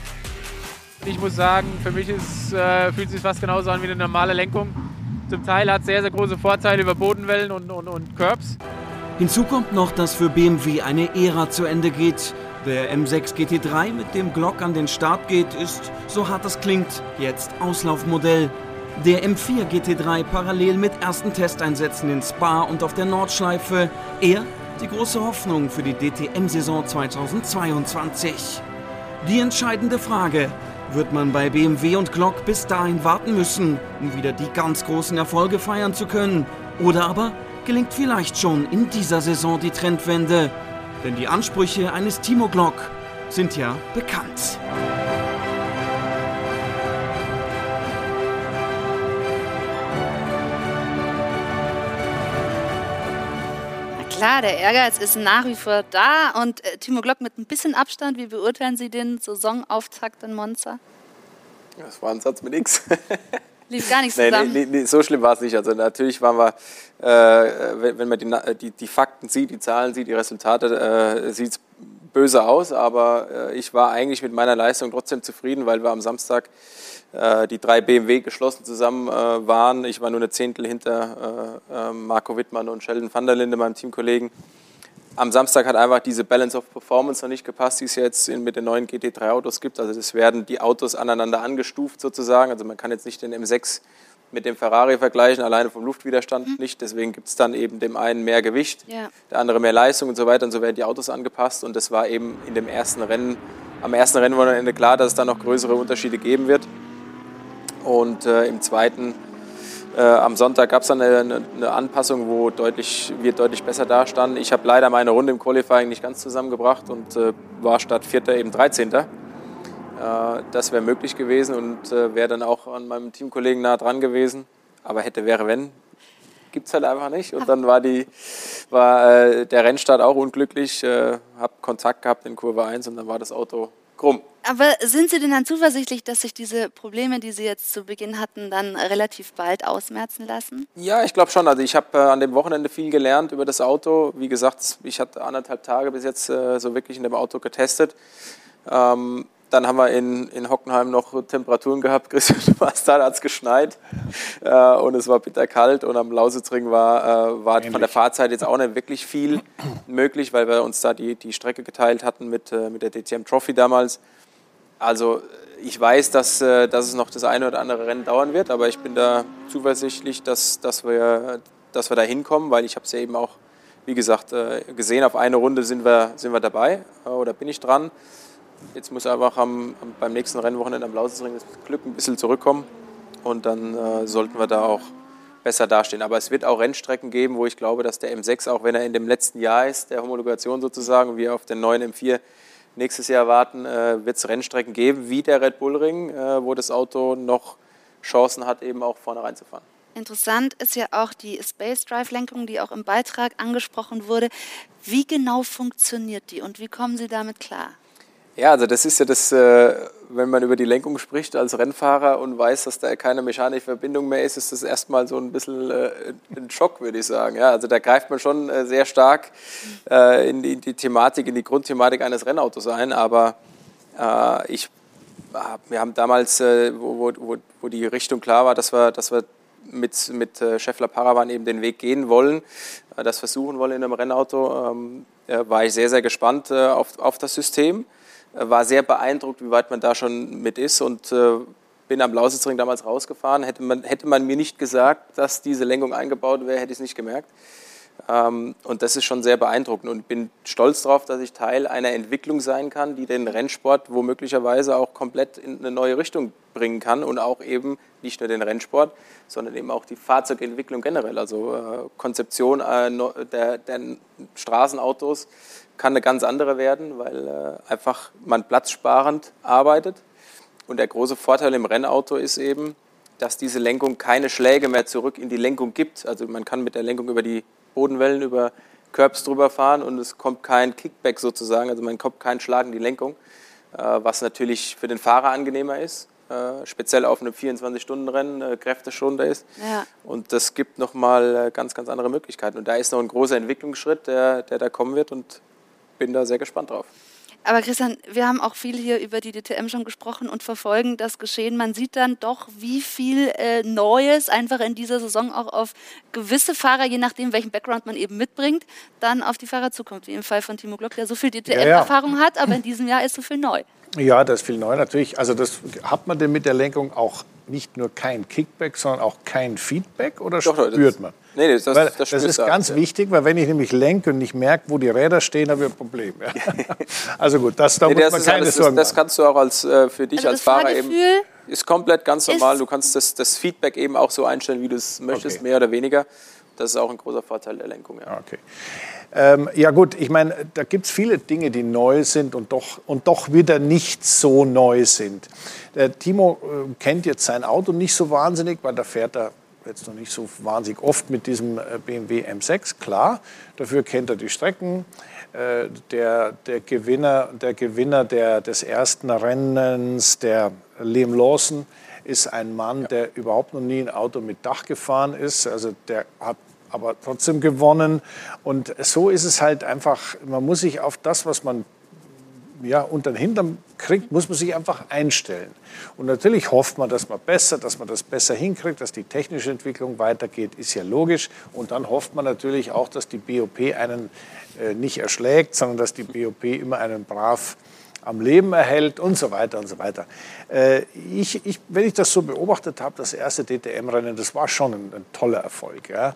Ich muss sagen, für mich fühlt es sich fast genauso an wie eine normale Lenkung. Zum Teil hat es sehr, sehr große Vorteile über Bodenwellen und Curbs. Hinzu kommt noch, dass für BMW eine Ära zu Ende geht. Der M6 GT3, mit dem Glock an den Start geht, ist, so hart das klingt, jetzt Auslaufmodell. Der M4 GT3 parallel mit ersten Testeinsätzen in Spa und auf der Nordschleife. Er die große Hoffnung für die DTM-Saison 2022. Die entscheidende Frage: Wird man bei BMW und Glock bis dahin warten müssen, um wieder die ganz großen Erfolge feiern zu können? Oder aber gelingt vielleicht schon in dieser Saison die Trendwende? Denn die Ansprüche eines Timo Glock sind ja bekannt. klar, der Ehrgeiz ist nach wie vor da. Und Timo Glock, mit ein bisschen Abstand, wie beurteilen Sie den Saisonauftakt in Monza? Das war ein Satz mit X. Lief gar nichts zusammen. Nee, so schlimm war es nicht. Also natürlich waren wir, wenn man die Fakten sieht, die Zahlen sieht, die Resultate, sieht es böse aus. Aber ich war eigentlich mit meiner Leistung trotzdem zufrieden, weil wir am Samstag die 3 BMW geschlossen zusammen waren. Ich war nur eine Zehntel hinter Marco Wittmann und Sheldon van der Linde, meinem Teamkollegen. Am Samstag hat einfach diese Balance of Performance noch nicht gepasst, die es jetzt mit den neuen GT3-Autos gibt. Also das werden die Autos aneinander angestuft sozusagen. Also man kann jetzt nicht den M6 mit dem Ferrari vergleichen, alleine vom Luftwiderstand nicht. Deswegen gibt es dann eben dem einen mehr Gewicht, der andere mehr Leistung und so weiter. Und so werden die Autos angepasst. Und das war eben in dem ersten Rennen, am ersten Rennwochenende klar, dass es da noch größere Unterschiede geben wird. Und im zweiten, am Sonntag gab es dann eine Anpassung, wo wir deutlich besser dastanden. Ich habe leider meine Runde im Qualifying nicht ganz zusammengebracht und war statt 4. eben 13. Das wäre möglich gewesen und wäre dann auch an meinem Teamkollegen nah dran gewesen. Aber hätte, wäre, wenn, gibt es halt einfach nicht. Und dann war der Rennstart auch unglücklich. Habe Kontakt gehabt in Kurve 1 und dann war das Auto krumm. Aber sind Sie denn dann zuversichtlich, dass sich diese Probleme, die Sie jetzt zu Beginn hatten, dann relativ bald ausmerzen lassen? Ja, ich glaube schon. Also ich habe an dem Wochenende viel gelernt über das Auto. Wie gesagt, ich hatte 1,5 Tage bis jetzt so wirklich in dem Auto getestet. Dann haben wir in Hockenheim noch Temperaturen gehabt. Christian, du warst da hat es geschneit und es war bitterkalt. Und am Lausitzring war von der Fahrzeit jetzt auch nicht wirklich viel möglich, weil wir uns da die Strecke geteilt hatten mit der DTM Trophy damals. Also ich weiß, dass es noch das eine oder andere Rennen dauern wird, aber ich bin da zuversichtlich, dass wir da hinkommen, weil ich habe es ja eben auch, wie gesagt, gesehen, auf eine Runde sind wir dabei oder bin ich dran. Jetzt muss einfach beim nächsten Rennwochenende am Lausitzring das Glück ein bisschen zurückkommen und dann sollten wir da auch besser dastehen. Aber es wird auch Rennstrecken geben, wo ich glaube, dass der M6, auch wenn er in dem letzten Jahr ist, der Homologation sozusagen, wir auf den neuen M4 nächstes Jahr warten, wird es Rennstrecken geben, wie der Red Bull Ring, wo das Auto noch Chancen hat, eben auch vorne reinzufahren. Interessant ist ja auch die Space Drive Lenkung, die auch im Beitrag angesprochen wurde. Wie genau funktioniert die und wie kommen Sie damit klar? Ja, also das ist ja das, wenn man über die Lenkung spricht als Rennfahrer und weiß, dass da keine mechanische Verbindung mehr ist, ist das erstmal so ein bisschen ein Schock, würde ich sagen. Ja, also da greift man schon sehr stark in die Thematik, in die Grundthematik eines Rennautos ein. Aber wir haben damals, wo die Richtung klar war, dass wir mit Scheffler-Paravan eben den Weg gehen wollen, das versuchen wollen in einem Rennauto, war ich sehr, sehr gespannt auf das System. War sehr beeindruckt, wie weit man da schon mit ist und bin am Lausitzring damals rausgefahren. Hätte man mir nicht gesagt, dass diese Lenkung eingebaut wäre, hätte ich es nicht gemerkt. Und das ist schon sehr beeindruckend und bin stolz darauf, dass ich Teil einer Entwicklung sein kann, die den Rennsport womöglicherweise auch komplett in eine neue Richtung bringen kann und auch eben nicht nur den Rennsport, sondern eben auch die Fahrzeugentwicklung generell. Also Konzeption der Straßenautos kann eine ganz andere werden, weil einfach man platzsparend arbeitet. Und der große Vorteil im Rennauto ist eben, dass diese Lenkung keine Schläge mehr zurück in die Lenkung gibt. Also man kann mit der Lenkung über die Bodenwellen, über Curbs drüber fahren und es kommt kein Kickback sozusagen, also man kommt kein Schlag in die Lenkung, was natürlich für den Fahrer angenehmer ist, speziell auf einem 24-Stunden-Rennen kräfteschonender ist. Ja. Und das gibt nochmal ganz, ganz andere Möglichkeiten. Und da ist noch ein großer Entwicklungsschritt, der da kommen wird und bin da sehr gespannt drauf. Aber Christian, wir haben auch viel hier über die DTM schon gesprochen und verfolgen das Geschehen. Man sieht dann doch, wie viel Neues einfach in dieser Saison auch auf gewisse Fahrer, je nachdem, welchen Background man eben mitbringt, dann auf die Fahrer zukommt. Wie im Fall von Timo Glock, der so viel DTM-Erfahrung hat, aber in diesem Jahr ist so viel neu. Ja, das ist viel neu natürlich. Also das hat man denn mit der Lenkung auch nicht nur kein Kickback, sondern auch kein Feedback oder spürt man? Nee, das ist ganz wichtig, weil wenn ich nämlich lenke und nicht merke, wo die Räder stehen, habe ich ein Problem. Ja. Also gut, da muss man keine Sorgen machen. Das kannst du auch für dich als Fahrer eben, ist komplett ganz normal. Du kannst das Feedback eben auch so einstellen, wie du es möchtest, mehr oder weniger. Das ist auch ein großer Vorteil der Lenkung. Ja. Okay. Ja gut, ich meine, da gibt es viele Dinge, die neu sind und doch wieder nicht so neu sind. Der Timo kennt jetzt sein Auto nicht so wahnsinnig, weil da fährt er jetzt noch nicht so wahnsinnig oft mit diesem BMW M6, klar. Dafür kennt er die Strecken. Der Gewinner des ersten Rennens, der Liam Lawson, ist ein Mann, der überhaupt noch nie ein Auto mit Dach gefahren ist. Also der hat aber trotzdem gewonnen. Und so ist es halt einfach, man muss sich auf das, was man unter den Hintern kriegt, muss man sich einfach einstellen. Und natürlich hofft man, dass man das besser hinkriegt, dass die technische Entwicklung weitergeht, ist ja logisch. Und dann hofft man natürlich auch, dass die BOP einen nicht erschlägt, sondern dass die BOP immer einen brav am Leben erhält und so weiter und so weiter. Wenn ich das so beobachtet habe, das erste DTM-Rennen, das war schon ein toller Erfolg. Ja.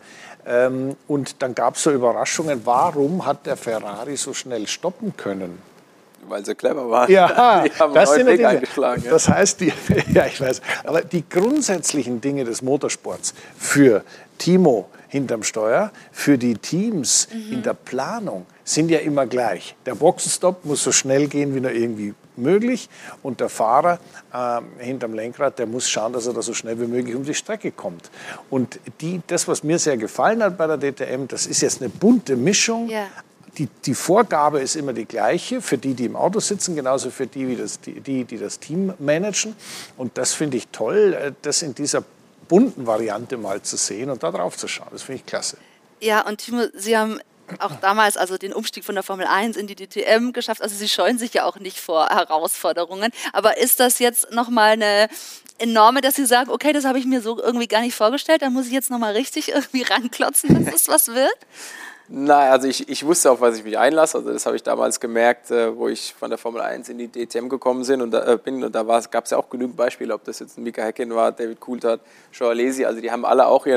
Und dann gab es so Überraschungen. Warum hat der Ferrari so schnell stoppen können? Weil sie clever waren. Ja, die haben das einen sind neuen Weg Dinge. eingeschlagen. Ja. Das heißt, ja, ich weiß, aber die grundsätzlichen Dinge des Motorsports für Timo hinterm Steuer, für die Teams in der Planung sind ja immer gleich. Der Boxenstopp muss so schnell gehen wie nur irgendwie möglich und der Fahrer hinterm Lenkrad, der muss schauen, dass er da so schnell wie möglich um die Strecke kommt. Und das, was mir sehr gefallen hat bei der DTM, das ist jetzt eine bunte Mischung. Ja. Die Vorgabe ist immer die gleiche, für die im Auto sitzen, genauso für die das Team managen. Und das finde ich toll, das in dieser bunten Variante mal zu sehen und da drauf zu schauen. Das finde ich klasse. Ja, und Timo, Sie haben auch damals also den Umstieg von der Formel 1 in die DTM geschafft. Also Sie scheuen sich ja auch nicht vor Herausforderungen. Aber ist das jetzt nochmal eine enorme, dass Sie sagen, okay, das habe ich mir so irgendwie gar nicht vorgestellt, da muss ich jetzt nochmal richtig irgendwie ranklotzen, dass das was wird? Nein, also ich wusste, auf was ich mich einlasse. Also das habe ich damals gemerkt, wo ich von der Formel 1 in die DTM gekommen bin. Und da gab es ja auch genügend Beispiele, ob das jetzt ein Mika Häkkinen war, David Coulthard, Jean Alesi. Also die haben alle auch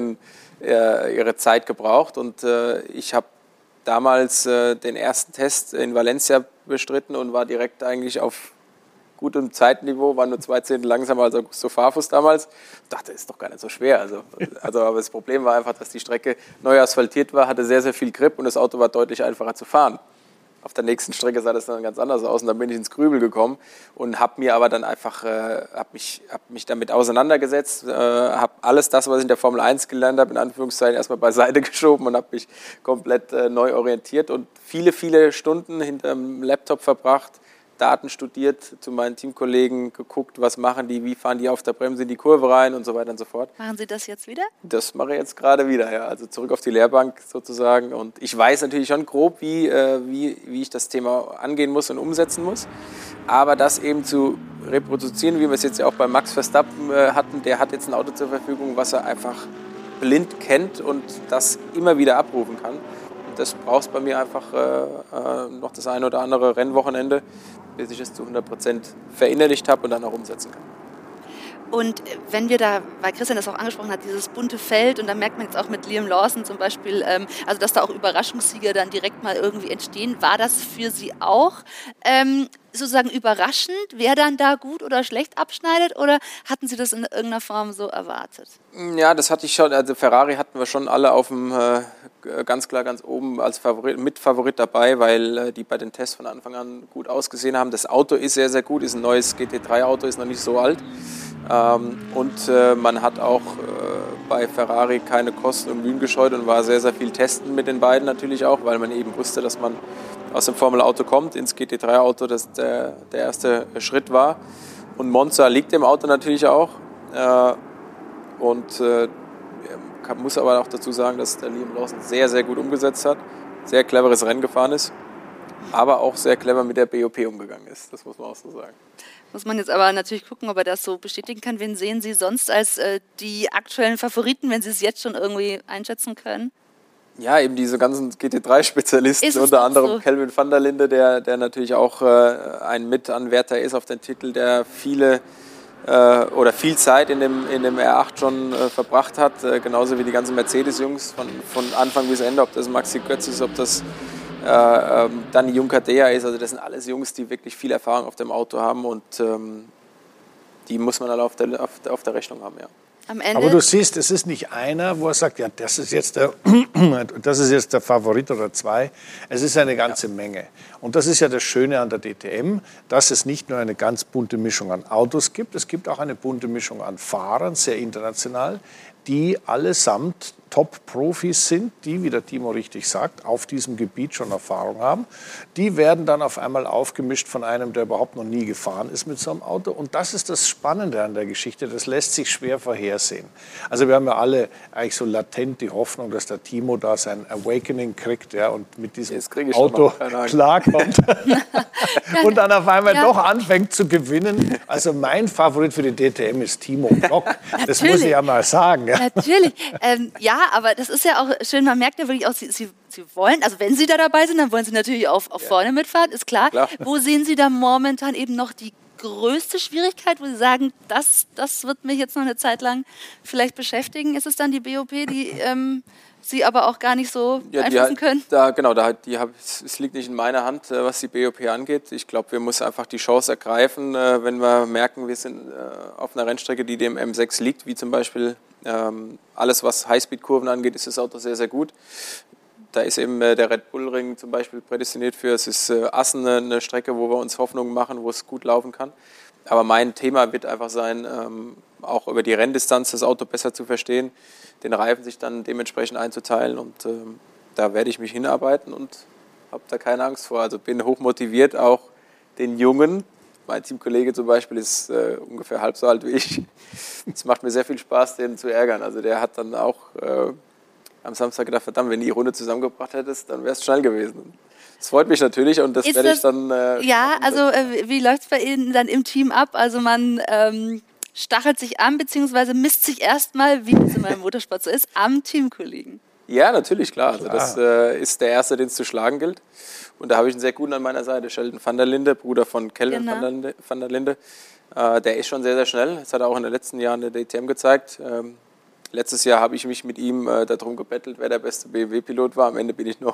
ihre Zeit gebraucht. Und ich habe damals den ersten Test in Valencia bestritten und war direkt eigentlich auf gutem Zeitniveau, war nur 2 Zehntel langsamer als Augusto Farfus damals. Ich dachte, das ist doch gar nicht so schwer. Also, aber das Problem war einfach, dass die Strecke neu asphaltiert war, hatte sehr, sehr viel Grip und das Auto war deutlich einfacher zu fahren. Auf der nächsten Strecke sah das dann ganz anders aus und dann bin ich ins Grübel gekommen und habe mir aber dann einfach hab mich damit auseinandergesetzt, habe alles das, was ich in der Formel 1 gelernt habe, in Anführungszeichen erstmal beiseite geschoben und habe mich komplett neu orientiert und viele, viele Stunden hinterm Laptop verbracht, Daten studiert, zu meinen Teamkollegen geguckt, was machen die, wie fahren die auf der Bremse in die Kurve rein und so weiter und so fort. Machen Sie das jetzt wieder? Das mache ich jetzt gerade wieder, ja. Also zurück auf die Lehrbank sozusagen. Und ich weiß natürlich schon grob, wie ich das Thema angehen muss und umsetzen muss. Aber das eben zu reproduzieren, wie wir es jetzt ja auch bei Max Verstappen hatten, der hat jetzt ein Auto zur Verfügung, was er einfach blind kennt und das immer wieder abrufen kann. Das brauchst bei mir einfach noch das eine oder andere Rennwochenende, bis ich es zu 100% verinnerlicht habe und dann auch umsetzen kann. Und wenn wir da, weil Christian das auch angesprochen hat, dieses bunte Feld und da merkt man jetzt auch mit Liam Lawson zum Beispiel, also dass da auch Überraschungssieger dann direkt mal irgendwie entstehen, war das für Sie auch sozusagen überraschend, wer dann da gut oder schlecht abschneidet oder hatten Sie das in irgendeiner Form so erwartet? Ja, das hatte ich schon, also Ferrari hatten wir schon alle auf dem ganz klar ganz oben als Mitfavorit dabei, weil die bei den Tests von Anfang an gut ausgesehen haben. Das Auto ist sehr, sehr gut, ist ein neues GT3-Auto, ist noch nicht so alt. Und man hat auch bei Ferrari keine Kosten und Mühen gescheut und war sehr, sehr viel testen mit den beiden natürlich auch, weil man eben wusste, dass man aus dem Formel-Auto kommt, ins GT3-Auto, das der erste Schritt war. Und Monza liegt dem Auto natürlich auch. Muss aber auch dazu sagen, dass der Liam Lawson sehr, sehr gut umgesetzt hat, sehr cleveres Rennen gefahren ist, aber auch sehr clever mit der BOP umgegangen ist. Das muss man auch so sagen. Muss man jetzt aber natürlich gucken, ob er das so bestätigen kann. Wen sehen Sie sonst als die aktuellen Favoriten, wenn Sie es jetzt schon irgendwie einschätzen können? Ja, eben diese ganzen GT3-Spezialisten, unter anderem so? Kelvin van der Linde, der natürlich auch ein Mitanwärter ist auf den Titel, der viel Zeit in dem R8 schon verbracht hat, genauso wie die ganzen Mercedes-Jungs von Anfang bis Ende, ob das Maxi Götz ist, ob das Dani Juncadella ist, also das sind alles Jungs, die wirklich viel Erfahrung auf dem Auto haben und die muss man alle auf der Rechnung haben, ja. Am Ende. Aber du siehst, es ist nicht einer, wo er sagt, ja, das ist jetzt der Favorit oder zwei. Es ist eine ganze Menge. Und das ist ja das Schöne an der DTM, dass es nicht nur eine ganz bunte Mischung an Autos gibt, es gibt auch eine bunte Mischung an Fahrern, sehr international, die allesamt Top-Profis sind, die, wie der Timo richtig sagt, auf diesem Gebiet schon Erfahrung haben. Die werden dann auf einmal aufgemischt von einem, der überhaupt noch nie gefahren ist mit so einem Auto. Und das ist das Spannende an der Geschichte. Das lässt sich schwer vorhersehen. Also wir haben ja alle eigentlich so latent die Hoffnung, dass der Timo da sein Awakening kriegt, ja, und mit diesem Auto klarkommt. Und dann auf einmal doch anfängt zu gewinnen. Also mein Favorit für die DTM ist Timo Glock. Das muss ich ja mal sagen. Ja. Natürlich. Ja, aber das ist ja auch schön, man merkt ja wirklich auch, Sie wollen, also wenn Sie da dabei sind, dann wollen Sie natürlich auch vorne mitfahren, ist klar. Wo sehen Sie da momentan eben noch die größte Schwierigkeit, wo Sie sagen, das wird mich jetzt noch eine Zeit lang vielleicht beschäftigen? Ist es dann die BOP, die Sie aber auch gar nicht so beeinflussen können? Es liegt nicht in meiner Hand, was die BOP angeht. Ich glaube, wir müssen einfach die Chance ergreifen, wenn wir merken, wir sind auf einer Rennstrecke, die dem M6 liegt, wie zum Beispiel alles, was Highspeed-Kurven angeht, ist das Auto sehr, sehr gut. Da ist eben der Red Bull Ring zum Beispiel prädestiniert für. Es ist Assen eine Strecke, wo wir uns Hoffnungen machen, wo es gut laufen kann. Aber mein Thema wird einfach sein, auch über die Renndistanz das Auto besser zu verstehen, den Reifen sich dann dementsprechend einzuteilen. Und da werde ich mich hinarbeiten und habe da keine Angst vor. Also bin hochmotiviert, auch den Jungen. Mein Teamkollege zum Beispiel ist ungefähr halb so alt wie ich. Es macht mir sehr viel Spaß, den zu ärgern. Also der hat dann auch am Samstag gedacht, verdammt, wenn du die Runde zusammengebracht hättest, dann wäre es schnell gewesen. Das freut mich natürlich und das werde ich dann... wie läuft es bei Ihnen dann im Team ab? Also man stachelt sich an, beziehungsweise misst sich erstmal, wie es in meinem Motorsport so ist, am Teamkollegen. Ja, natürlich, klar. Also das ist der Erste, den es zu schlagen gilt. Und da habe ich einen sehr guten an meiner Seite, Sheldon van der Linde, Bruder von Kelvin van der Linde. Der ist schon sehr, sehr schnell. Das hat er auch in den letzten Jahren der DTM gezeigt. Letztes Jahr habe ich mich mit ihm darum gebettelt, wer der beste BMW-Pilot war. Am Ende bin ich noch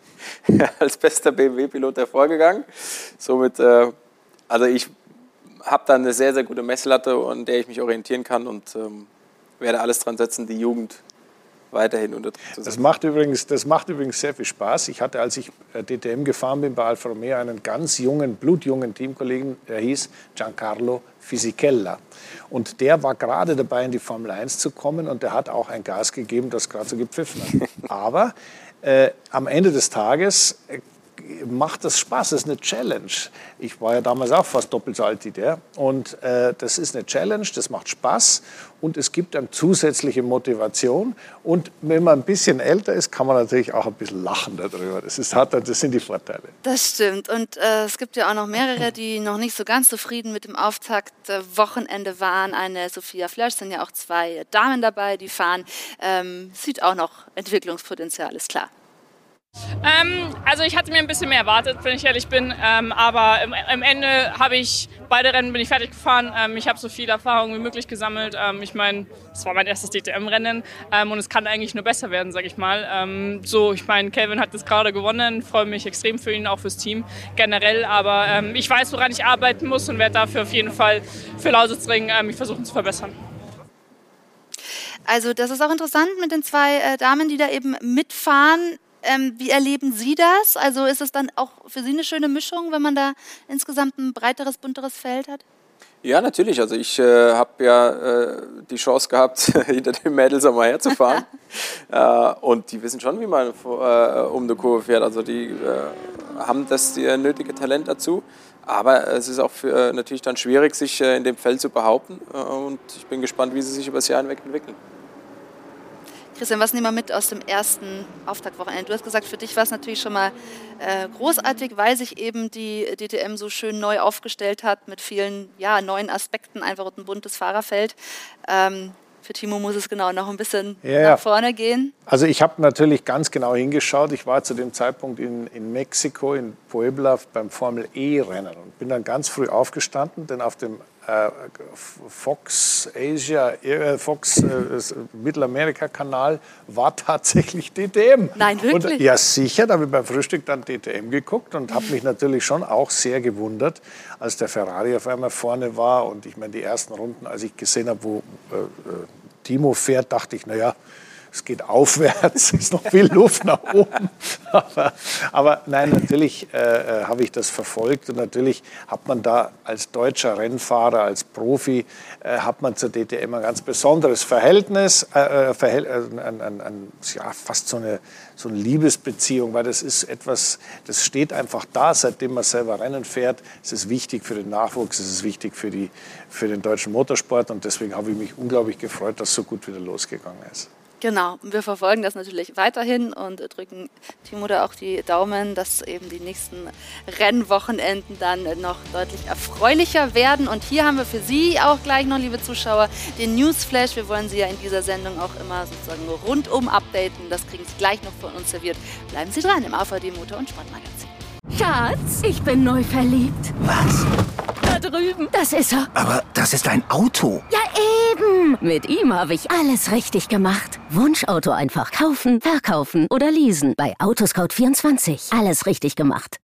als bester BMW-Pilot hervorgegangen. Somit, also ich habe da eine sehr, sehr gute Messlatte, an der ich mich orientieren kann und werde alles dran setzen, die Jugend weiterhin unter Druck zu setzen. Das macht übrigens sehr viel Spaß. Ich hatte, als ich DTM gefahren bin bei Alfa Romeo, einen ganz jungen, blutjungen Teamkollegen, der hieß Giancarlo Fisichella. Und der war gerade dabei, in die Formel 1 zu kommen und der hat auch ein Gas gegeben, das gerade so gepfiffen hat. Aber am Ende des Tages macht das Spaß, das ist eine Challenge. Ich war ja damals auch fast doppelt so alt wie der. Und das ist eine Challenge, das macht Spaß und es gibt dann zusätzliche Motivation. Und wenn man ein bisschen älter ist, kann man natürlich auch ein bisschen lachen darüber. Das sind die Vorteile. Das stimmt. Und es gibt ja auch noch mehrere, die noch nicht so ganz zufrieden mit dem Auftakt-Wochenende waren. Eine Sophia Flörsch, sind ja auch 2 Damen dabei, die fahren. Sieht auch noch Entwicklungspotenzial, ist klar. Also ich hatte mir ein bisschen mehr erwartet, wenn ich ehrlich bin, aber am Ende habe ich beide Rennen bin ich fertig gefahren. Ich habe so viel Erfahrung wie möglich gesammelt. Ich meine, es war mein erstes DTM-Rennen und es kann eigentlich nur besser werden, sage ich mal. Ich meine, Kelvin hat das gerade gewonnen, freue mich extrem für ihn, auch fürs Team generell, aber ich weiß, woran ich arbeiten muss und werde dafür auf jeden Fall für Lausitzring mich versuchen zu verbessern. Also das ist auch interessant mit den 2 Damen, die da eben mitfahren. Wie erleben Sie das? Also ist es dann auch für Sie eine schöne Mischung, wenn man da insgesamt ein breiteres, bunteres Feld hat? Ja, natürlich. Also ich habe ja die Chance gehabt, hinter den Mädels einmal herzufahren. Und die wissen schon, wie man um eine Kurve fährt. Also die haben das nötige Talent dazu. Aber es ist auch natürlich dann schwierig, sich in dem Feld zu behaupten. Und ich bin gespannt, wie sie sich über das Jahr hinweg entwickeln. Christian, was nehmen wir mit aus dem ersten Auftaktwochenende? Du hast gesagt, für dich war es natürlich schon mal großartig, weil sich eben die DTM so schön neu aufgestellt hat mit vielen neuen Aspekten, einfach ein buntes Fahrerfeld. Für Timo muss es genau noch ein bisschen nach vorne gehen. Also ich habe natürlich ganz genau hingeschaut. Ich war zu dem Zeitpunkt in Mexiko, in Puebla, beim Formel-E-Rennen und bin dann ganz früh aufgestanden, denn auf dem Fox Mittelamerika-Kanal war tatsächlich DTM. Nein, wirklich? Und, ja, sicher. Da habe ich beim Frühstück dann DTM geguckt und habe mich natürlich schon auch sehr gewundert, als der Ferrari auf einmal vorne war. Und ich meine, die ersten Runden, als ich gesehen habe, wo Timo fährt, dachte ich, naja, es geht aufwärts, es ist noch viel Luft nach oben. Aber nein, natürlich habe ich das verfolgt und natürlich hat man da als deutscher Rennfahrer, als Profi, hat man zur DTM ein ganz besonderes Verhältnis, fast so eine Liebesbeziehung, weil das ist etwas, das steht einfach da, seitdem man selber Rennen fährt. Es ist wichtig für den Nachwuchs, es ist wichtig für den deutschen Motorsport und deswegen habe ich mich unglaublich gefreut, dass es so gut wieder losgegangen ist. Genau, wir verfolgen das natürlich weiterhin und drücken Timo da auch die Daumen, dass eben die nächsten Rennwochenenden dann noch deutlich erfreulicher werden. Und hier haben wir für Sie auch gleich noch, liebe Zuschauer, den Newsflash. Wir wollen Sie ja in dieser Sendung auch immer sozusagen nur rundum updaten. Das kriegen Sie gleich noch von uns serviert. Bleiben Sie dran im AVD Motor- und Sportmagazin. Schatz, ich bin neu verliebt. Was? Da drüben. Das ist er. Aber das ist ein Auto. Ja, eben. Mit ihm habe ich alles richtig gemacht. Wunschauto einfach kaufen, verkaufen oder leasen. Bei Autoscout24. Alles richtig gemacht.